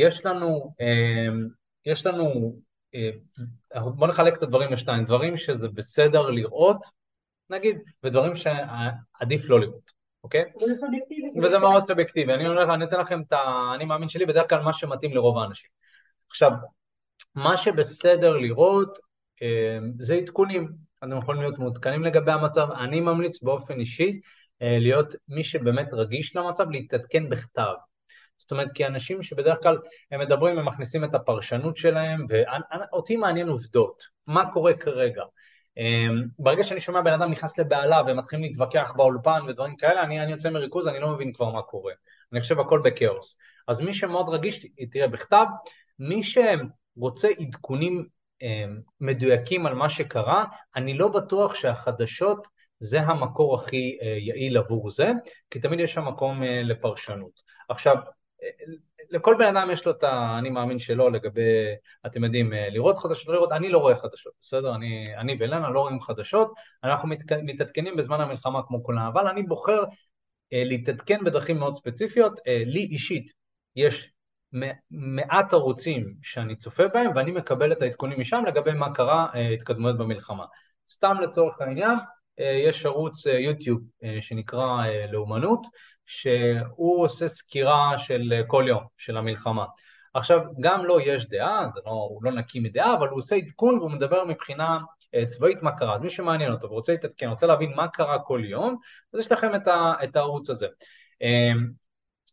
יש לנו, בוא נחלק את הדברים לשתיים, דברים שזה בסדר לראות, נגיד, ודברים שעדיף לא לראות, אוקיי? וזה מאוד סובייקטיבי, אני אתן לכם אני מאמין שלי, בדרך כלל מה שמתאים לרוב האנשים. עכשיו, מה שבסדר לראות, זה עדכונים, אתם יכולים להיות מעודכנים לגבי המצב, אני ממליץ באופן אישי, להיות מי שבאמת רגיש למצב, להתעדכן בכתב. זאת אומרת, כי אנשים שבדרך כלל הם מדברים, הם מכניסים את הפרשנות שלהם, ואותי מעניין עובדות, מה קורה כרגע. ברגע שאני שומע בן אדם נכנס לבעלה, ומתחילים להתווכח באולפן ודברים כאלה, אני יוצא מריכוז, אני לא מבין כבר מה קורה. אני חושב הכל בקאוס. אז מי שמאוד רגיש, תראה בכתב, מי שרוצה עדכונים מדויקים על מה שקרה, אני לא בטוח שהחדשות זה המקור הכי יעיל עבור זה, כי תמיד יש שם מקום לפרשנות. עכשיו, לכל בן אדם יש לו אני מאמין שלו לגבי, אתם יודעים, לראות חדשות, לא לראות, אני לא רואה חדשות, בסדר? אני ואלנה לא רואים חדשות, אנחנו מתעדכנים בזמן המלחמה כמו כולם, אבל אני בוחר להתעדכן בדרכים מאוד ספציפיות, לי אישית יש מעט ערוצים שאני צופה בהם, ואני מקבל את העדכונים משם לגבי מה קרה התקדמויות במלחמה. סתם לצורך העניין, יש ערוץ יוטיוב שנקרא לאומנות, שהוא עושה סקירה של כל יום, של המלחמה. עכשיו, גם לו יש דעה, הוא לא נקי מדעה, אבל הוא עושה עדכון והוא מדבר מבחינה צבאית מה קרה. אז מי שמעניין אותו ורוצה להתעדכן, רוצה להבין מה קרה כל יום, אז יש לכם את הערוץ הזה.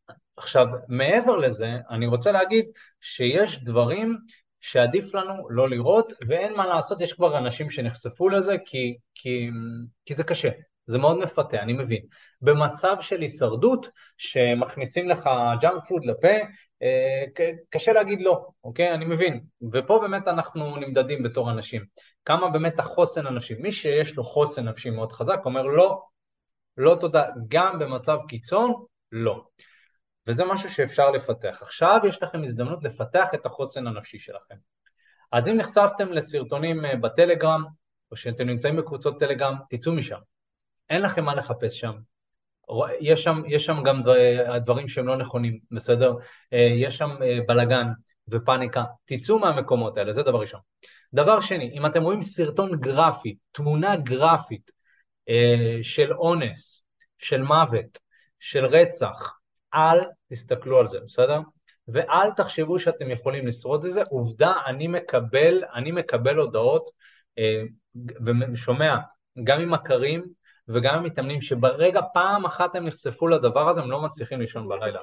עכשיו, מעבר לזה, אני רוצה להגיד שיש דברים שעדיף לנו לא לראות, ואין מה לעשות, יש כבר אנשים שנחשפו לזה, כי זה קשה, זה מאוד מפתה, אני מבין. במצב של הישרדות, שמכניסים לך ג'אנק פוד לפה, קשה להגיד לא, אוקיי? אני מבין. ופה באמת אנחנו נמדדים בתור אנשים. כמה באמת החוסן הנפשי. מי שיש לו חוסן נפשי מאוד חזק, אומר לא, לא תודה, גם במצב קיצון, לא. וזה משהו שאפשר לפתח. עכשיו יש לכם הזדמנות לפתח את החוסן הנפשי שלכם. אז אם נחשפתם לסרטונים בטלגרם, או שאתם נמצאים בקבוצות טלגרם, תצאו משם. אין לכם מה לחפש שם. יש שם גם דברים שהם לא נכונים, בסדר? יש שם בלגן ופאניקה. תצאו מהמקומות האלה, זה דבר ראשון. דבר שני, אם אתם רואים סרטון גרפי, תמונה גרפית של אונס, של מוות, של רצח, אל תסתכלו על זה, בסדר? ואל תחשבו שאתם יכולים לשרוד את זה. עובדה, אני מקבל הודעות ושומע גם ממכרים וגם ממתאמנים שברגע פעם אחת הם נחשפו לדבר הזה, הם לא מצליחים לישון בלילה.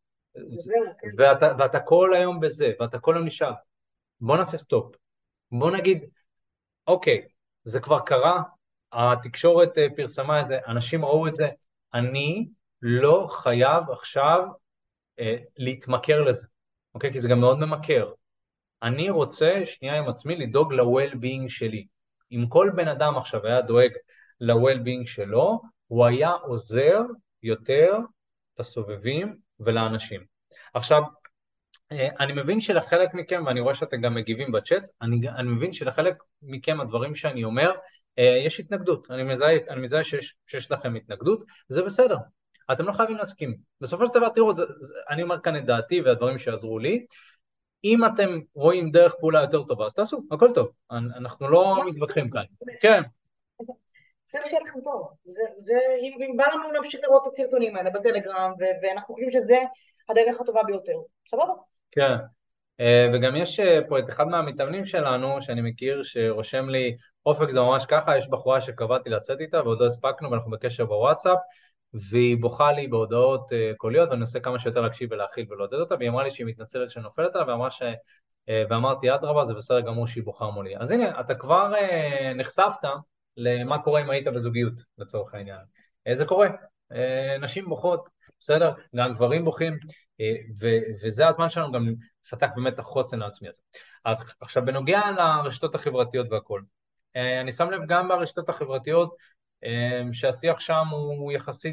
ואתה כל היום בזה, ואתה כל היום נשאר. בוא נעשה סטופ. בוא נגיד, אוקיי, זה כבר קרה, התקשורת פרסמה את זה, אנשים ראו את זה, אני לא חייב עכשיו להתמכר לזה, אוקיי? כי זה גם מאוד ממכר. אני רוצה שנייה עם עצמי לדאוג ל-well-being שלי. אם כל בן אדם עכשיו היה דואג ל-well-being שלו, הוא היה עוזר יותר לסובבים ולאנשים. עכשיו, אני מבין שלחלק מכם, ואני רואה שאתם גם מגיבים בצ'אט, אני מבין שלחלק מכם הדברים שאני אומר, יש התנגדות. אני מזהה שיש לכם התנגדות, זה בסדר. אתם לא חייבים להסכים. בסופו של דבר, תראו, אני אומר כאן את דעתי והדברים שעזרו לי. אם אתם רואים דרך פעולה יותר טובה, אז תעשו, הכל טוב. אנחנו לא מתווכחים כאן. כן. זה שיהיה לכם טוב. אם בא לנו להמשיך לראות את הסרטונים האלה בטלגרם, ואנחנו חושבים שזה הדרך הטובה ביותר. סבבה? כן. וגם יש פה את אחד מהמתאמנים שלנו, שאני מכיר, שרושם לי, אופק זה ממש ככה, יש בחורה שקבעתי לצאת איתה, ועוד לא הספקנו, ואנחנו בקשר בוואטסאפ, והיא בוכה לי בהודעות קוליות, ואני עושה כמה שיותר להקשיב ולהכיל ולעודד אותה, והיא אמרה לי שהיא מתנצלת שנופלת עליה, ואמרתי, אדרבה, זה בסדר גמור שהיא בוכה מולי. אז הנה, אתה כבר נחשפת למה קורה אם היית בזוגיות, לצורך העניין. זה קורה, נשים בוכות, בסדר, גם גברים בוכים, וזה הזמן שלנו גם לפתח באמת את החוסן העצמי הזה. עכשיו, בנוגע לרשתות החברתיות והכל, אני שם לב גם ברשתות החברתיות, שהשיח שם הוא יחסית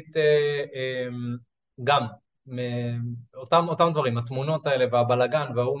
גם אותם דברים, התמונות האלה והבלגן והוא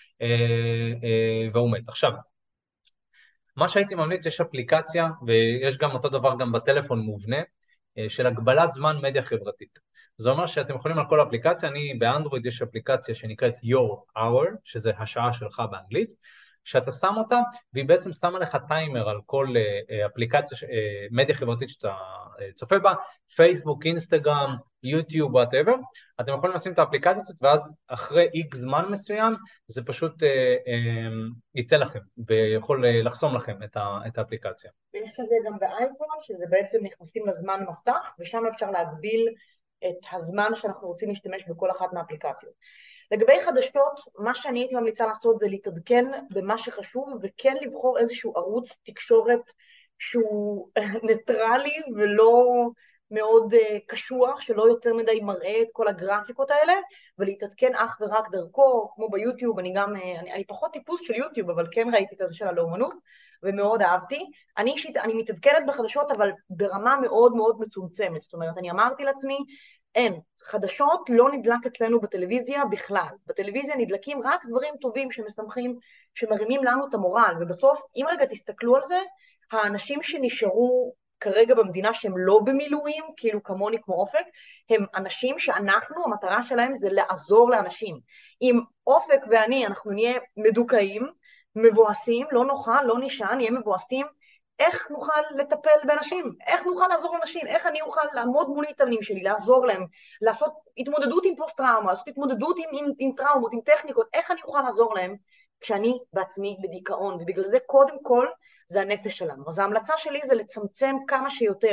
מת. עכשיו, מה שהייתי ממליץ, יש אפליקציה ויש גם אותו דבר גם בטלפון מובנה, של הגבלת זמן מדיה חברתית. זה אומר שאתם יכולים על כל אפליקציה, באנדרואיד יש אפליקציה שנקראת Your Hour, שזה השעה שלך באנגלית, שאתה שם אותה, והיא בעצם שמה לך טיימר על כל אפליקציה, מדיה חברתית שאתה צופה בה, פייסבוק, אינסטגרם, יוטיוב, whatever, אתם יכולים לשים את האפליקציה הזאת, ואז אחרי X זמן מסוים, זה פשוט יצא לכם, ויכול לחסום לכם את האפליקציה. ויש כזה גם באייפון, שזה בעצם נכנסים לזמן מסך, ושם אפשר להגביל את הזמן שאנחנו רוצים להשתמש בכל אחת מהאפליקציות. לגבי חדשות, מה שאני הייתי ממליצה לעשות זה להתעדכן במה שחשוב, וכן לבחור איזשהו ערוץ תקשורת שהוא ניטרלי ולא מאוד קשוח, שלא יותר מדי מראה את כל הגרפיקות האלה, ולהתעדכן אך ורק דרכו, כמו ביוטיוב. אני פחות טיפוס של יוטיוב, אבל כן ראיתי את זה של הלאומנות, ומאוד אהבתי. אני מתעדכנת בחדשות, אבל ברמה מאוד מאוד מצומצמת. זאת אומרת, אני אמרתי לעצמי, אין, חדשות לא נדלק אצלנו בטלוויזיה בכלל. בטלוויזיה נדלקים רק דברים טובים שמשמחים, שמרימים לנו את המורל, ובסוף, אם רגע תסתכלו על זה, האנשים שנשארו כרגע במדינה שהם לא במילואים, כאילו כמוני כמו אופק, הם אנשים שאנחנו, המטרה שלהם זה לעזור לאנשים. אם אופק ואני, אנחנו נהיה מדוכאים, מבואסים, לא נאכל, לא נשען, נהיה מבואסים, איך נוכל לטפל באנשים? איך נוכל לעזור לאנשים? איך אני אוכל לעמוד מול מתאמנים שלי, לעזור להם, לעשות התמודדות עם פוסט-טראומה, לעשות התמודדות עם טראומות, עם טכניקות, איך אני אוכל לעזור להם כשאני בעצמי בדיכאון? ובגלל זה קודם כל זה הנפש שלנו. אז ההמלצה שלי זה לצמצם כמה שיותר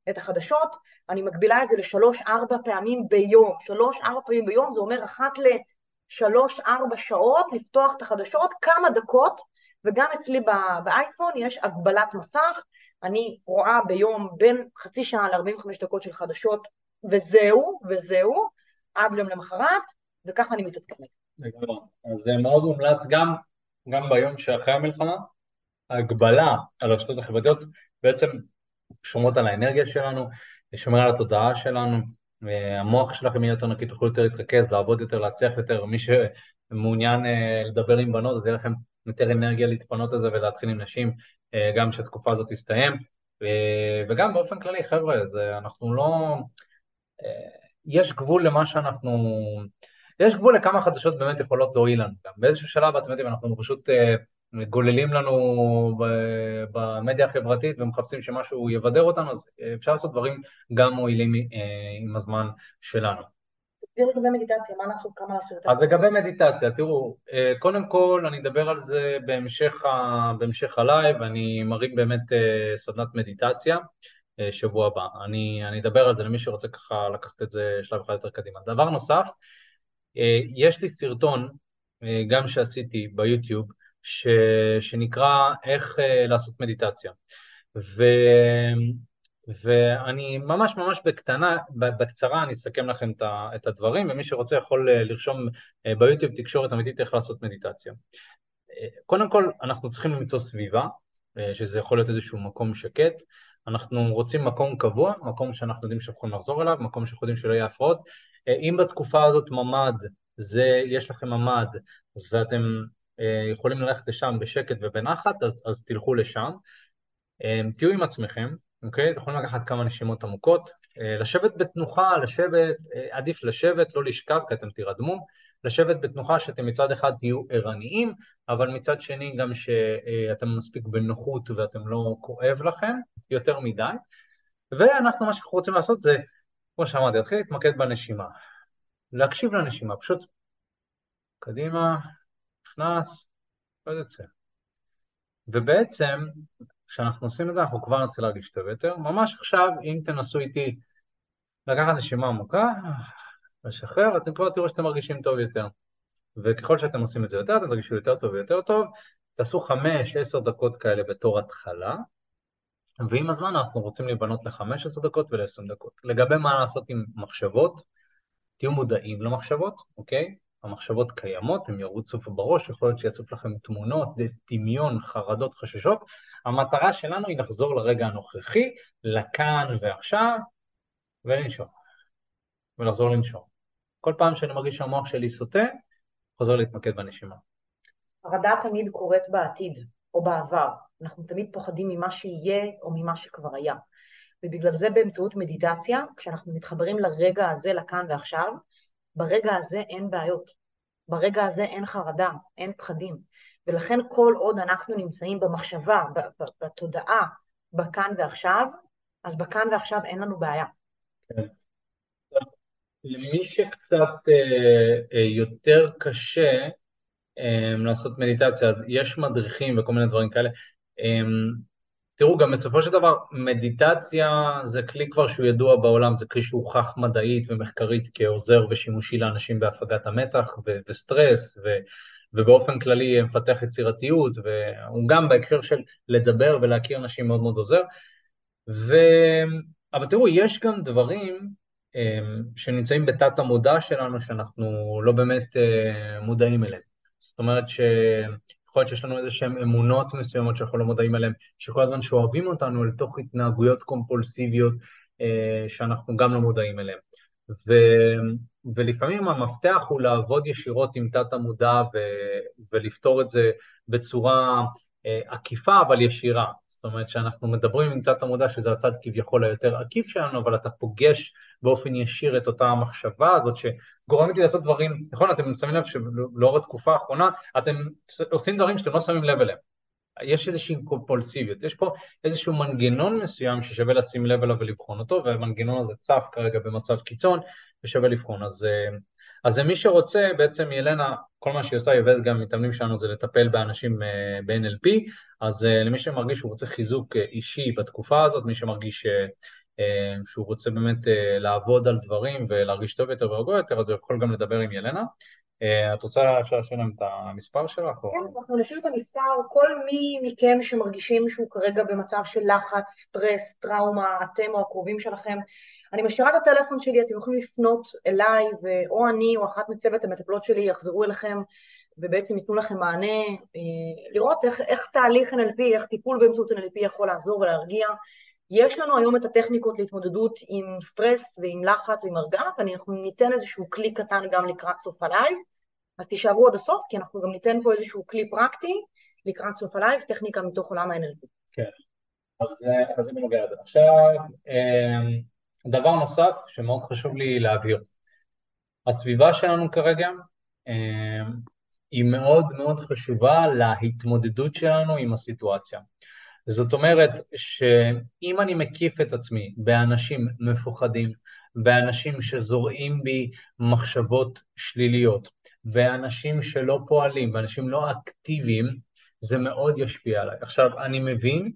את החדשות, אני מגבילה את זה ל3-4 פעמים ביום. 3-4 פעמים ביום, זה אומר אחת ל3-4 שעות לפתוח את החדשות, כמה דקות, וגם אצלי באייפון יש הגבלת מסך, אני רואה ביום בין חצי שעה ל45 דקות של חדשות, וזהו, עד יום למחרת, וככה אני מתעדכנת. אז זה מאוד מומלץ גם ביום שאחרי המלחמה, ההגבלה על הרשתות החברתיות בעצם שומרות על האנרגיה שלנו, שומר על התודעה שלנו, המוח שלכם יהיה יותר נקי, תוכלו יותר להתרכז, לעבוד יותר, להצליח יותר, מי שמעוניין לדבר עם בנות, אז יהיה לכם יותר אנרגיה להתפנות לזה ולהתחיל עם נשים, גם שהתקופה הזאת תסתיים, וגם באופן כללי, חבר'ה, אנחנו לא... יש גבול למה שאנחנו... יש גבול לכמה חדשות באמת יכולות להועיל לנו גם. באיזשהו שלב, אתם יודעים, אנחנו פשוט גוללים לנו במדיה החברתית ומחפשים שמשהו יבדר אותנו, אז אפשר לעשות דברים גם מועילים עם הזמן שלנו. תסביר לגבי מדיטציה, מה לעשות, כמה לעשות? אז לגבי מדיטציה, תראו, קודם כל אני אדבר על זה בהמשך הלייב, אני מרים באמת סדנת מדיטציה שבוע הבא. אני אדבר על זה למי שרוצה ככה לקחת את זה שלב אחד יותר קדימה. דבר נוסף, יש לי סרטון, גם שעשיתי ביוטיוב, שנקרא איך לעשות מדיטציה. ואני ממש בקצרה אני אסכם לכם את הדברים, ומי שרוצה יכול לרשום ביוטיוב תקשורת אמיתית איך לעשות מדיטציה. קודם כל, אנחנו צריכים למצוא סביבה, שזה יכול להיות איזשהו מקום שקט, אנחנו רוצים מקום קבוע, מקום שאנחנו יודעים שיכולים לחזור אליו, מקום שאנחנו יודעים שלא יהיה הפרעות. אם בתקופה הזאת ממ"ד, יש לכם ממ"ד, ואתם יכולים ללכת לשם בשקט ובנחת, אז תלכו לשם. תהיו עם עצמכם, אוקיי? אתם יכולים לקחת כמה נשימות עמוקות, לשבת בתנוחה, עדיף לשבת, לא לשכב, כי אתם תירדמו, לשבת בתנוחה שאתם מצד אחד תהיו ערניים, אבל מצד שני גם שאתם מספיק בנוחות ואתם לא כואב לכם יותר מדי, ואנחנו מה שאנחנו רוצים לעשות זה, כמו שאמרתי, להתחיל להתמקד בנשימה, להקשיב לנשימה, פשוט קדימה, נכנס, ויוצא. ובעצם, כשאנחנו עושים את זה, אנחנו כבר נתחיל להרגיש טוב יותר. ממש עכשיו, אם תנסו איתי לקחת נשימה עמוקה, לשחרר, אתם כבר תראו שאתם מרגישים טוב יותר. וככל שאתם עושים את זה יותר, אתם תרגישו יותר טוב ויותר טוב. תעשו 5-10 דקות כאלה בתור התחלה, ועם הזמן אנחנו רוצים להיבנות ל-15 דקות ול-20 דקות. לגבי מה לעשות עם מחשבות, תהיו מודעים למחשבות, אוקיי? המחשבות קיימות, הן ירוצו בראש, יכול להיות שיצוף לכם תמונות, דמיון, חרדות, חששות. המטרה שלנו היא לחזור לרגע הנוכחי, לכאן ועכשיו, ולנשום. ולחזור לנשום. כל פעם שאני מרגיש שהמוח שלי סוטה, חוזר להתמקד בנשימה. חרדה תמיד קורית בעתיד או בעבר. אנחנו תמיד פוחדים ממה שיהיה או ממה שכבר היה. ובגלל זה באמצעות מדיטציה, כשאנחנו מתחברים לרגע הזה, לכאן ועכשיו, ברגע הזה אין בעיות. ברגע הזה אין חרדה, אין פחדים. ולכן כל עוד אנחנו נמצאים במחשבה, בתודעה, בכאן ועכשיו, אז בכאן ועכשיו אין לנו בעיה. כן. למי שקצת יותר קשה לעשות מדיטציה, אז יש מדריכים וכל מיני דברים כאלה. תראו, גם בסופו של דבר, מדיטציה זה כלי כבר שהוא ידוע בעולם, זה כלי שהוכח מדעית ומחקרית כעוזר ושימושי לאנשים בהפגת המתח וסטרס, ובאופן כללי מפתח יצירתיות, והוא גם בהקשר של לדבר ולהכיר אנשים מאוד מאוד עוזר. אבל תראו, יש גם דברים שנמצאים בתת המודע שלנו, שאנחנו לא באמת מודעים אליהם. זאת אומרת יכול להיות שיש לנו איזשהם אמונות מסוימות שאנחנו לא מודעים אליהם, שכל הזמן שאוהבים אותנו לתוך התנהגויות קומפולסיביות שאנחנו גם לא מודעים אליהם. ולפעמים המפתח הוא לעבוד ישירות עם תת המודע ולפתור את זה בצורה עקיפה אבל ישירה. זאת אומרת שאנחנו מדברים עם תת המודע שזה הצד כביכול היותר עקיף שלנו, אבל אתה פוגש באופן ישיר את אותה המחשבה הזאת שגורמת לי לעשות דברים, נכון, אתם שמים לב שלאור התקופה האחרונה, אתם עושים דברים שאתם לא שמים לב אליהם. יש איזושהי קומפולסיביות, יש פה איזשהו מנגנון מסוים ששווה לשים לב אליו ולבחון אותו, והמנגנון הזה צף כרגע במצב קיצון ושווה לבחון. אז מי שרוצה, בעצם ילנה, כל מה שהיא עושה, היא עובדת גם מתאמנים שלנו, זה לטפל באנשים ב-NLP, אז למי שמרגיש שהוא רוצה חיזוק אישי בתקופה הזאת, מי שמרגיש שהוא רוצה באמת לעבוד על דברים ולהרגיש טוב יותר ורגוע יותר, אז הוא יכול גם לדבר עם ילנה. את רוצה להשאיר להם את המספר שלך? כן, אנחנו נשאיר את המספר, כל מי מכם שמרגישים שהוא כרגע במצב של לחץ, סטרס, טראומה, אתם או הקרובים שלכם, אני משאירה את הטלפון שלי, אתם יכולים לפנות אליי, או אני או אחת מצוות המטפלות שלי יחזרו אליכם, ובעצם ייתנו לכם מענה, לראות איך תהליך NLP, איך טיפול באמצעות NLP יכול לעזור ולהרגיע. יש לנו היום את הטכניקות להתמודדות עם סטרס ועם לחץ ועם הרגעה, ואנחנו ניתן איזשהו כלי קטן גם לקראת סוף הלייב, אז תישארו עד הסוף, כי אנחנו גם ניתן פה איזשהו כלי פרקטי לקראת סוף הלייב, טכניקה מתוך עולם ה-NLP. כן, אז זה בנוגע לזה. עכשיו, דבר נוסף שמאוד חשוב לי להבהיר. הסביבה שלנו כרגע היא מאוד מאוד חשובה להתמודדות שלנו עם הסיטואציה. זאת אומרת שאם אני מקיף את עצמי באנשים מפוחדים, באנשים שזורעים בי מחשבות שליליות, ואנשים שלא פועלים, ואנשים לא אקטיביים, זה מאוד ישפיע עליי. עכשיו, אני מבין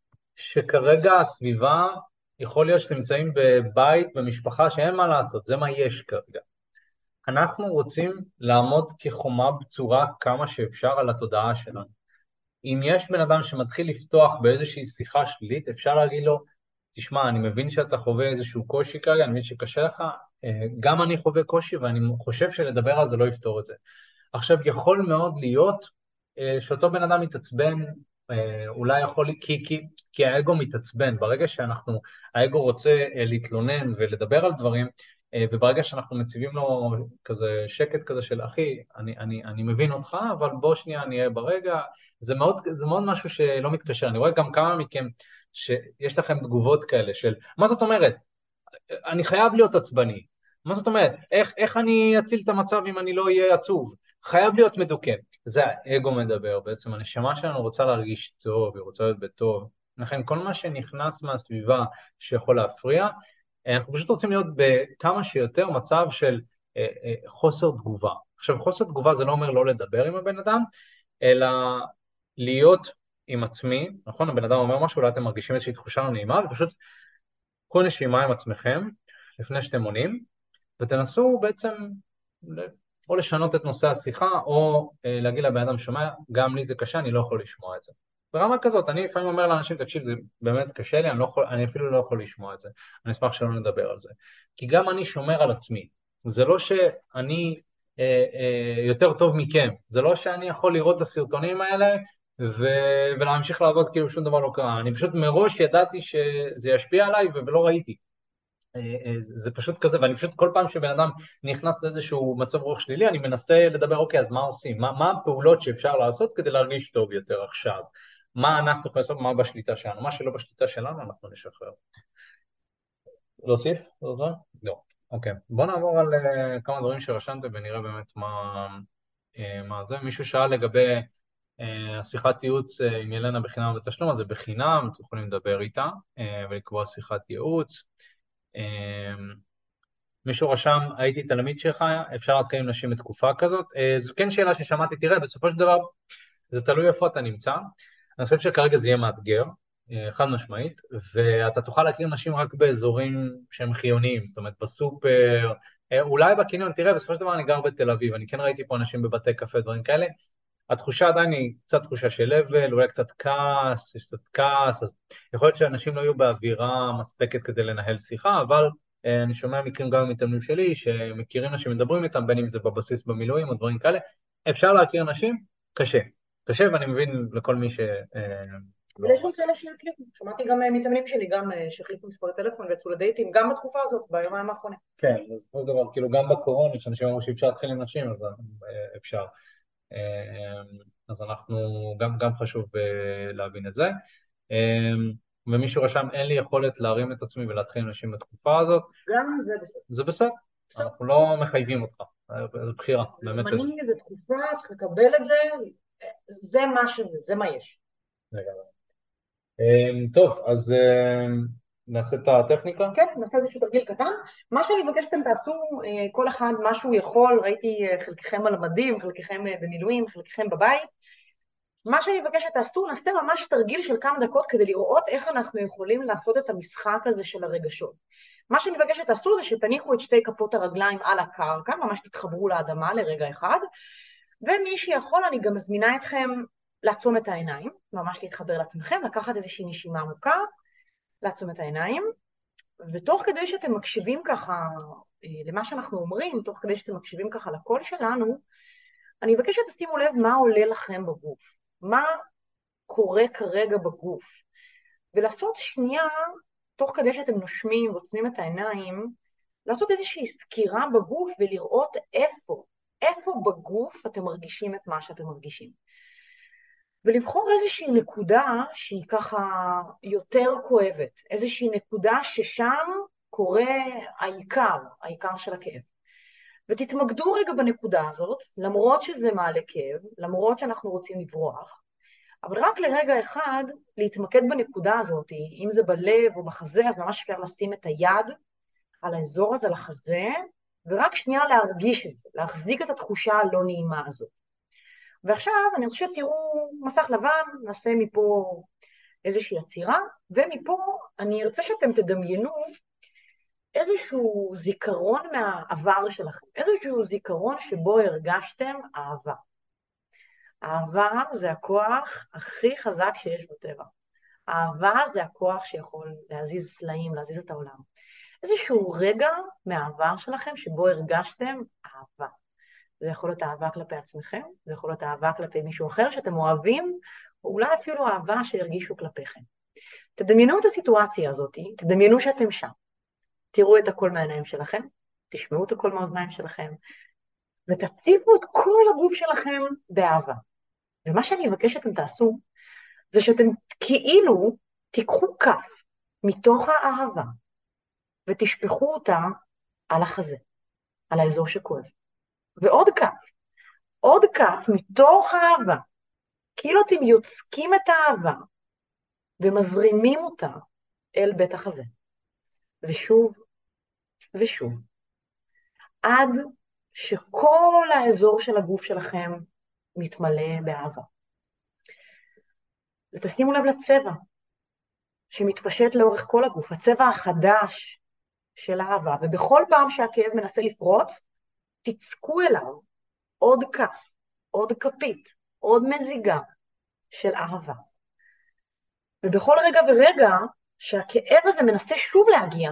שכרגע הסביבה, יכול להיות שנמצאים בבית, במשפחה, שאין מה לעשות, זה מה יש כרגע. אנחנו רוצים לעמוד כחומה בצורה כמה שאפשר על התודעה שלנו. אם יש בן אדם שמתחיל לפתוח באיזושהי שיחה שלילית, אפשר להגיד לו, תשמע, אני מבין שאתה חווה איזשהו קושי כרגע, אני מבין שקשה לך, גם אני חווה קושי, ואני חושב שלדבר על זה לא יפתור את זה. עכשיו, יכול מאוד להיות שאותו בן אדם מתעצבן, אולי יכול, כי האגו מתעצבן, ברגע האגו רוצה להתלונן ולדבר על דברים, וברגע שאנחנו מציבים לו כזה שקט כזה של אחי, אני מבין אותך, אבל בוא שנייה נהיה ברגע, זה מאוד משהו שלא מתקשר. אני רואה גם כמה מכם שיש לכם תגובות כאלה של, מה זאת אומרת? אני חייב להיות עצבני. מה זאת אומרת? איך אני אציל את המצב אם אני לא אהיה עצוב? חייב להיות מדוכא. זה האגו מדבר, בעצם הנשמה שלנו רוצה להרגיש טוב, היא רוצה להיות בטוב. לכן כל מה שנכנס מהסביבה שיכול להפריע, אנחנו פשוט רוצים להיות בכמה שיותר מצב של חוסר תגובה. עכשיו, חוסר תגובה זה לא אומר לא לדבר עם הבן אדם, אלא להיות עם עצמי, נכון? הבן אדם אומר משהו, אולי אתם מרגישים איזושהי תחושה לא נעימה, ופשוט קחו נשימה עם עצמכם, לפני שאתם עונים, ותנסו בעצם או לשנות את נושא השיחה, או להגיד לבן אדם שומע, גם לי זה קשה, אני לא יכול לשמוע את זה. ברמה כזאת, אני לפעמים אומר לאנשים, תקשיב, זה באמת קשה לי, אני אפילו לא יכול לשמוע את זה, אני אשמח שלא נדבר על זה. כי גם אני שומר על עצמי, זה לא שאני יותר טוב מכם, זה לא שאני יכול לראות את הסרטונים האלה, ולהמשיך לעבוד כאילו שום דבר לא קרה, אני פשוט מראש ידעתי שזה ישפיע עליי ולא ראיתי. זה פשוט כזה, ואני פשוט כל פעם שבן אדם נכנס לאיזשהו מצב רוח שלילי, אני מנסה לדבר, אוקיי, אז מה עושים? מה הפעולות שאפשר לעשות כדי להרגיש טוב יותר עכשיו? מה אנחנו יכולים לעשות, מה בשליטה שלנו? מה שלא בשליטה שלנו, אנחנו נשחרר. להוסיף? לא. אוקיי, בואו נעבור על כמה דברים שרשמתם ונראה באמת מה זה. מישהו שאל לגבי השיחת ייעוץ עם ילנה בחינם בתשלום, אז זה בחינם, אתם יכולים לדבר איתה ולקבוע שיחת ייעוץ. מישהו רשם, הייתי תלמיד שלך, אפשר להתחיל עם נשים בתקופה כזאת? זו כן שאלה ששמעתי, תראה, בסופו של דבר, זה תלוי איפה אתה נמצא, אני חושב שכרגע זה יהיה מאתגר, חד משמעית, ואתה תוכל להכיר נשים רק באזורים שהם חיוניים, זאת אומרת, בסופר, אולי בקניון, תראה, בסופו של דבר אני גר בתל אביב, אני כן ראיתי פה אנשים בבתי קפה, דברים כאלה, התחושה עדיין היא קצת תחושה של לבל, אולי קצת כעס, יש קצת כעס, אז יכול להיות שאנשים לא יהיו באווירה מספקת כדי לנהל שיחה, אבל אני שומע מקרים גם מתאמנים שלי, שמכירים נשים מדברים איתם, בין אם זה בבסיס במילואים או דברים כאלה, אפשר להכיר נשים? קשה, ואני מבין לכל מי ש... אבל יש גם כאלה שהחליפו, שמעתי גם מתאמנים שלי, גם שהחליפו מספרי טלפון ויצאו לדייטים, גם בתקופה הזאת, ביומיים האחרונים. כן, אז כל דבר, כאילו גם בקורונה, שאנשים אמרו שאפשר להתחיל עם נשים, אז אפשר. אז אנחנו, גם חשוב להבין את זה. ומישהו רשם, אין לי יכולת להרים את עצמי ולהתחיל עם נשים בתקופה הזאת. גם זה בסדר. זה בסדר, אנחנו לא מחייבים אותך, זו בחירה. זה זמני, זה תקופה, צריך לקבל את זה, זה מה שזה, זה מה יש. טוב, אז נעשה את הטכניקה? כן, נעשה איזשהו תרגיל קטן. מה שאני מבקש שאתם תעשו, כל אחד מה שהוא יכול, ראיתי חלקכם על המדים, חלקכם במילואים, חלקכם בבית. מה שאני מבקשת תעשו, נעשה ממש תרגיל של כמה דקות כדי לראות איך אנחנו יכולים לעשות את המשחק הזה של הרגשות. מה שאני מבקשת תעשו זה שתניחו את שתי כפות הרגליים על הקרקע, ממש תתחברו לאדמה לרגע אחד, ומי שיכול אני גם מזמינה אתכם לעצום את העיניים, ממש להתחבר לעצמכם, לקחת איזושהי נשימה עמוקה, לעצום את העיניים, ותוך כדי שאתם מקשיבים ככה למה שאנחנו אומרים, תוך כדי שאתם מקשיבים ככה לקול שלנו, אני מבקשת שתשימו לב מה עולה לכם בגוף, מה קורה כרגע בגוף, ולעשות שנייה, תוך כדי שאתם נושמים ועוצמים את העיניים, לעשות איזושהי סקירה בגוף ולראות איפה בגוף אתם מרגישים את מה שאתם מרגישים. ולבחור איזושהי נקודה שהיא ככה יותר כואבת, איזושהי נקודה ששם קורה העיקר של הכאב. ותתמקדו רגע בנקודה הזאת, למרות שזה מעלה כאב, למרות שאנחנו רוצים לברוח, אבל רק לרגע אחד להתמקד בנקודה הזאת, אם זה בלב או בחזה, אז ממש אפשר לשים את היד על האזור הזה, לחזה, ורק שנייה להרגיש את זה, להחזיק את התחושה הלא נעימה הזאת. ועכשיו אני רוצה שתראו מסך לבן, נעשה מפה איזושהי עצירה, ומפה אני ארצה שאתם תדמיינו איזשהו זיכרון מהעבר שלכם, איזשהו זיכרון שבו הרגשתם אהבה. אהבה זה הכוח הכי חזק שיש בטבע. אהבה זה הכוח שיכול להזיז סלעים, להזיז את העולם. איזשהו רגע מהעבר שלכם שבו הרגשתם אהבה. זה יכול להיות אהבה כלפי עצמכם, זה יכול להיות אהבה כלפי מישהו אחר שאתם אוהבים, או אולי אפילו אהבה שהרגישו כלפיכם. תדמיינו את הסיטואציה הזאת, תדמיינו שאתם שם. תראו את הכל מהעיניים שלכם, תשמעו את הכל מהאוזניים שלכם, ותציפו את כל הגוף שלכם באהבה. ומה שאני מבקש שאתם תעשו, זה שאתם כאילו תיקחו כף מתוך האהבה, ותשפכו אותה על החזה, על האזור שכואב. ועוד כף, עוד כף מתוך האהבה, כאילו אתם יוצקים את האהבה, ומזרימים אותה אל בית החזה. ושוב, ושוב. עד שכל האזור של הגוף שלכם מתמלא באהבה. ותשימו לב לצבע שמתפשט לאורך כל הגוף, הצבע החדש של האהבה, ובכל פעם שהכאב מנסה לפרוץ, תצקו אליו עוד כף, עוד כפית, עוד מזיגה של אהבה. ובכל רגע ורגע שהכאב הזה מנסה שוב להגיע,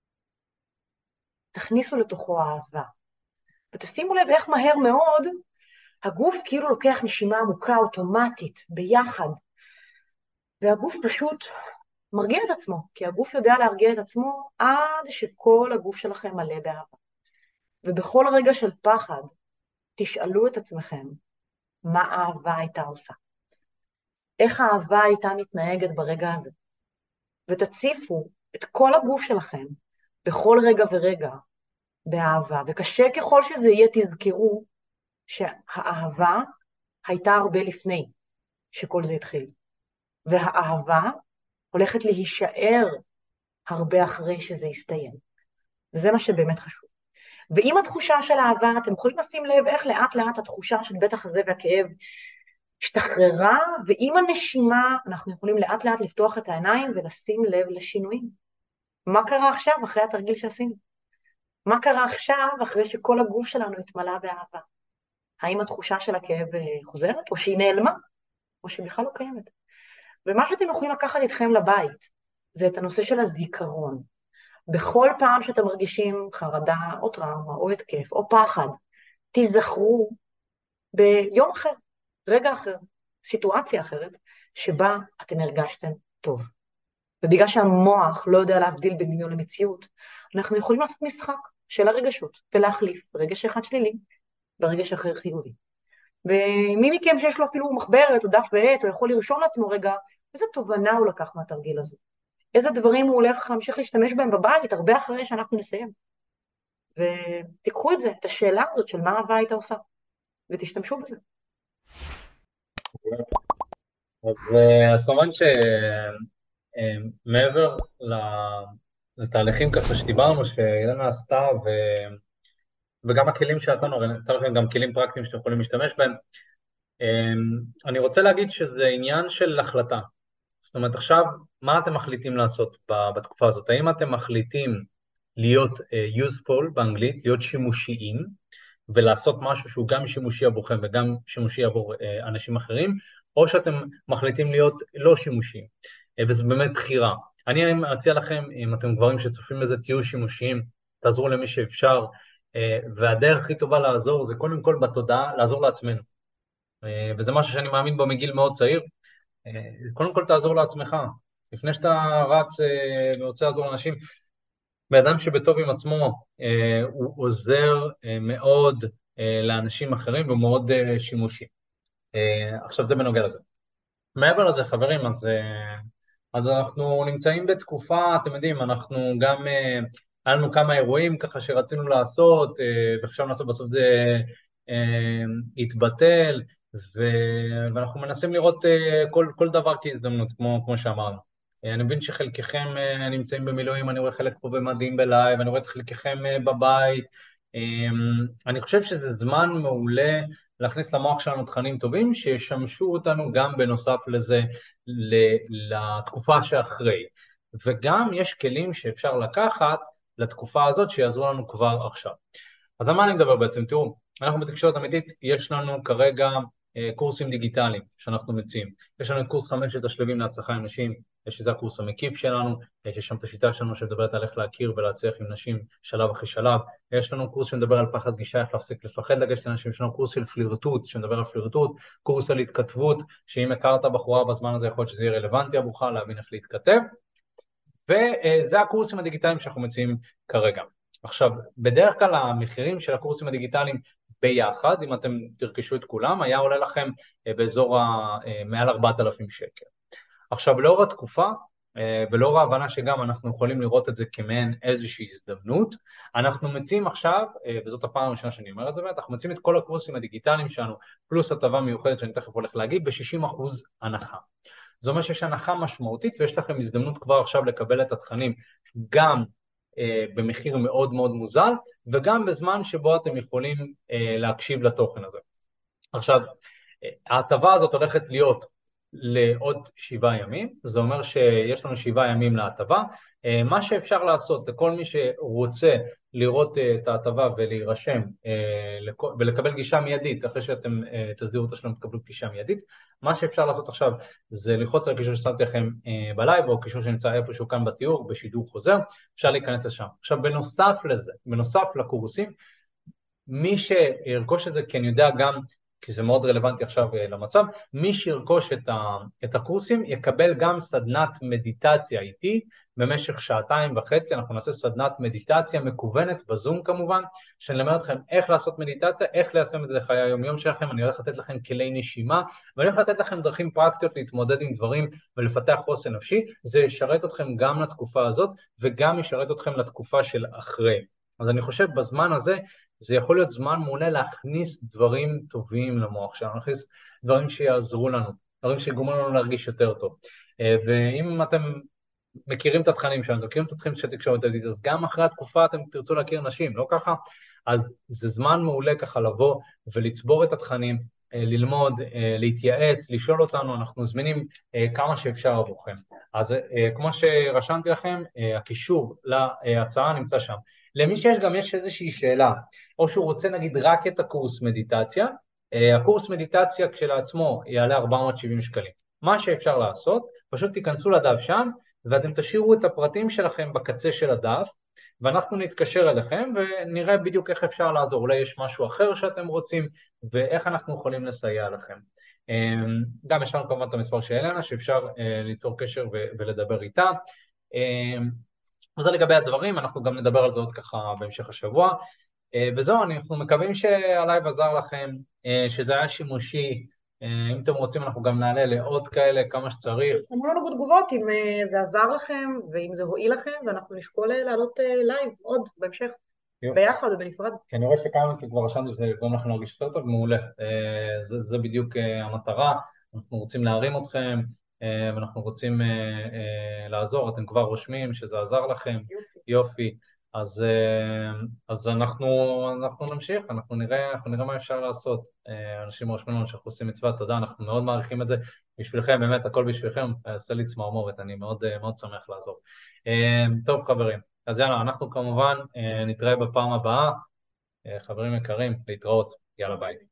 תכניסו לתוכו אהבה. ותשימו לב איך מהר מאוד הגוף כאילו לוקח נשימה עמוקה אוטומטית ביחד, והגוף פשוט מרגיע את עצמו, כי הגוף יודע להרגיע את עצמו עד שכל הגוף שלכם מלא באהבה. ובכל רגע של פחד תשאלו את עצמכם מה האהבה הייתה עושה, איך האהבה הייתה מתנהגת ברגע הזה, ותציפו את כל הגוף שלכם בכל רגע ורגע באהבה, וקשה ככל שזה יהיה תזכרו שהאהבה הייתה הרבה לפני שכל זה התחיל, והאהבה הולכת להישאר הרבה אחרי שזה יסתיים, וזה מה שבאמת חשוב. ואם התחושה של האהבה, אתם יכולים לשים לב איך לאט לאט התחושה של בית החזה והכאב השתחררה, ועם הנשימה אנחנו יכולים לאט לאט לפתוח את העיניים ולשים לב לשינויים. מה קרה עכשיו אחרי התרגיל שעשינו? מה קרה עכשיו אחרי שכל הגוף שלנו התמלא באהבה? האם התחושה של הכאב חוזרת, או שהיא נעלמה, או שהיא בכלל לא קיימת? ומה שאתם יכולים לקחת איתכם לבית, זה את הנושא של הזיכרון. בכל פעם שאתם מרגישים חרדה, או טראומה, או התקף, או פחד, תזכרו ביום אחר, רגע אחר, סיטואציה אחרת, שבה אתם הרגשתם טוב. ובגלל שהמוח לא יודע להבדיל בין דמיון למציאות, אנחנו יכולים לעשות משחק של הרגשות, ולהחליף רגש אחד שלילי, ברגש אחר חיובי. ומי מכם שיש לו אפילו מחברת או דף ועט, או יכול לרשום לעצמו רגע, איזה תובנה הוא לקח מהתרגיל הזה. איזה דברים הוא הולך להמשיך להשתמש בהם בבית, הרבה אחרי שאנחנו נסיים. ותיקחו את זה, את השאלה הזאת של מה אהבה הייתה עושה, ותשתמשו בזה. אז כמובן שמעבר לתהליכים ככה שדיברנו, שאילנה עשתה, וגם הכלים שנתנו, נתנו לכם גם כלים פרקטיים שאתם יכולים להשתמש בהם, אני רוצה להגיד שזה עניין של החלטה. זאת אומרת, עכשיו, מה אתם מחליטים לעשות בתקופה הזאת? האם אתם מחליטים להיות useful באנגלית, להיות שימושיים, ולעשות משהו שהוא גם שימושי עבורכם וגם שימושי עבור אנשים אחרים, או שאתם מחליטים להיות לא שימושיים, וזו באמת בחירה. אני אציע לכם, אם אתם גברים שצופים בזה, תהיו שימושיים, תעזרו למי שאפשר, והדרך הכי טובה לעזור זה קודם כל בתודעה, לעזור לעצמנו. וזה משהו שאני מאמין בו מגיל מאוד צעיר. קודם כל תעזור לעצמך, לפני שאתה רץ ורוצה לעזור לאנשים. באדם שבטוב עם עצמו הוא עוזר מאוד לאנשים אחרים והוא מאוד שימושי. עכשיו זה בנוגע לזה. מעבר לזה חברים, אז אנחנו נמצאים בתקופה, אתם יודעים, אנחנו גם, היה לנו כמה אירועים ככה שרצינו לעשות, וחשבנו לעשות בסוף זה התבטל, ואנחנו מנסים לראות כל דבר כהזדמנות, כמו שאמרנו. אני מבין שחלקכם נמצאים במילואים, אני רואה חלק פה במדים בלייב, אני רואה את חלקכם בבית. אני חושב שזה זמן מעולה להכניס למוח שלנו תכנים טובים שישמשו אותנו גם בנוסף לזה לתקופה שאחרי. וגם יש כלים שאפשר לקחת לתקופה הזאת שיעזרו לנו כבר עכשיו. אז על מה אני מדבר בעצם? תראו, אנחנו בתקשורת אמיתית, יש לנו כרגע קורסים דיגיטליים שאנחנו מציעים. יש לנו את קורס 5 השלבים להצלחה עם נשים, שזה הקורס המקיף שלנו, יש שם את השיטה שלנו שמדברת על איך להכיר ולהצליח עם נשים שלב אחרי שלב, יש לנו קורס שמדבר על פחד גישה, איך להפסיק לפחד לגשת לנשים, יש לנו קורס של פלירטוט שמדבר על פלירטוט, קורס על התכתבות, שאם הכרת בחורה בזמן הזה יכול להיות שזה יהיה רלוונטי עבורך להבין איך להתכתב, וזה הקורסים הדיגיטליים שאנחנו מציעים כרגע. עכשיו, בדרך כלל המחירים של הקורסים הדיגיטליים ביחד, אם אתם תרכשו את כולם, היה עולה לכם באזור מעל 4,000 שקל. עכשיו, לאור התקופה, ולאור ההבנה שגם אנחנו יכולים לראות את זה כמעין איזושהי הזדמנות, אנחנו מציעים עכשיו, וזאת הפעם הראשונה שאני אומר את זה, אנחנו מציעים את כל הקורסים הדיגיטליים שלנו, פלוס הטבה מיוחדת שאני תכף הולך להגיד, ב-60% הנחה. זאת אומרת שיש הנחה משמעותית, ויש לכם הזדמנות כבר עכשיו לקבל את התכנים, גם במחיר מאוד מאוד מוזל, וגם בזמן שבו אתם יכולים להקשיב לתוכן הזה. עכשיו, ההטבה הזאת הולכת להיות לעוד 7 ימים, זה אומר שיש לנו 7 ימים להטבה. מה שאפשר לעשות לכל מי שרוצה לראות את ההטבה ולהירשם ולקבל גישה מיידית, אחרי שאתם תסדירו את השלום תקבלו גישה מיידית, מה שאפשר לעשות עכשיו זה ללחוץ על קישור ששמתי לכם בלייב, או קישור שנמצא איפשהו כאן בתיאור, בשידור חוזר, אפשר להיכנס לשם. עכשיו בנוסף לזה, בנוסף לקורסים, מי שירכוש את זה, כי אני יודע גם, כי זה מאוד רלוונטי עכשיו למצב, מי שירכוש את הקורסים יקבל גם סדנת מדיטציה איתי, במשך 2.5 אנחנו נעשה סדנת מדיטציה מקוונת בזום כמובן, שנלמד אתכם איך לעשות מדיטציה, איך ליישם את זה לחיי היום-יום שלכם, אני הולך לתת לכם כלי נשימה, ואני הולך לתת לכם דרכים פרקטיות להתמודד עם דברים ולפתח חוסן נפשי, זה ישרת אתכם גם לתקופה הזאת, וגם ישרת אתכם לתקופה של אחרי. אז אני חושב בזמן הזה, זה יכול להיות זמן מעולה להכניס דברים טובים למוח שלנו, להכניס דברים שיעזרו לנו, דברים שיגרמו לנו להרגיש יותר טוב. ואם אתם מכירים את התכנים שלנו, מכירים את התכנים של תקשורת ידידית, אז גם אחרי התקופה אתם תרצו להכיר נשים, לא ככה? אז זה זמן מעולה ככה לבוא ולצבור את התכנים, ללמוד, להתייעץ, לשאול אותנו, אנחנו זמינים כמה שאפשר עבורכם. אז כמו שרשמתי לכם, הקישור להצעה נמצא שם. למי יש איזושהי שאלה, או שהוא רוצה נגיד רק את הקורס מדיטציה, הקורס מדיטציה כשלעצמו יעלה 470 שקלים. מה שאפשר לעשות, פשוט תיכנסו לדף שם, ואתם תשאירו את הפרטים שלכם בקצה של הדף, ואנחנו נתקשר אליכם ונראה בדיוק איך אפשר לעזור, אולי יש משהו אחר שאתם רוצים, ואיך אנחנו יכולים לסייע לכם. גם יש לנו כמובן את המספר של אלנה, שאפשר ליצור קשר ולדבר איתה. וזה לגבי הדברים, אנחנו גם נדבר על זה עוד ככה בהמשך השבוע. וזהו, אנחנו מקווים שהלייב עזר לכם, שזה היה שימושי. אם אתם רוצים אנחנו גם נעלה לעוד כאלה כמה שצריך. תנו לנו בתגובות אם זה עזר לכם ואם זה הועיל לכם, ואנחנו נשקול לעלות לייב עוד בהמשך, ביחד או בנפרד. כי אני רואה שכמה כבר רשמנו שזה גורם לכם להרגיש יותר טוב, מעולה. זה בדיוק המטרה, אנחנו רוצים להרים אתכם, ואנחנו רוצים לעזור, אתם כבר רושמים שזה עזר לכם, יופי. אז אנחנו נמשיך, אנחנו נראה מה אפשר לעשות. אנשים רושמים לנו שאנחנו עושים מצווה, תודה, אנחנו מאוד מעריכים את זה. בשבילכם, באמת, הכל בשבילכם, עשה לי צמרמורת, אני מאוד, מאוד שמח לעזור. טוב, חברים, אז יאללה, אנחנו כמובן נתראה בפעם הבאה. חברים יקרים, להתראות, יאללה ביי.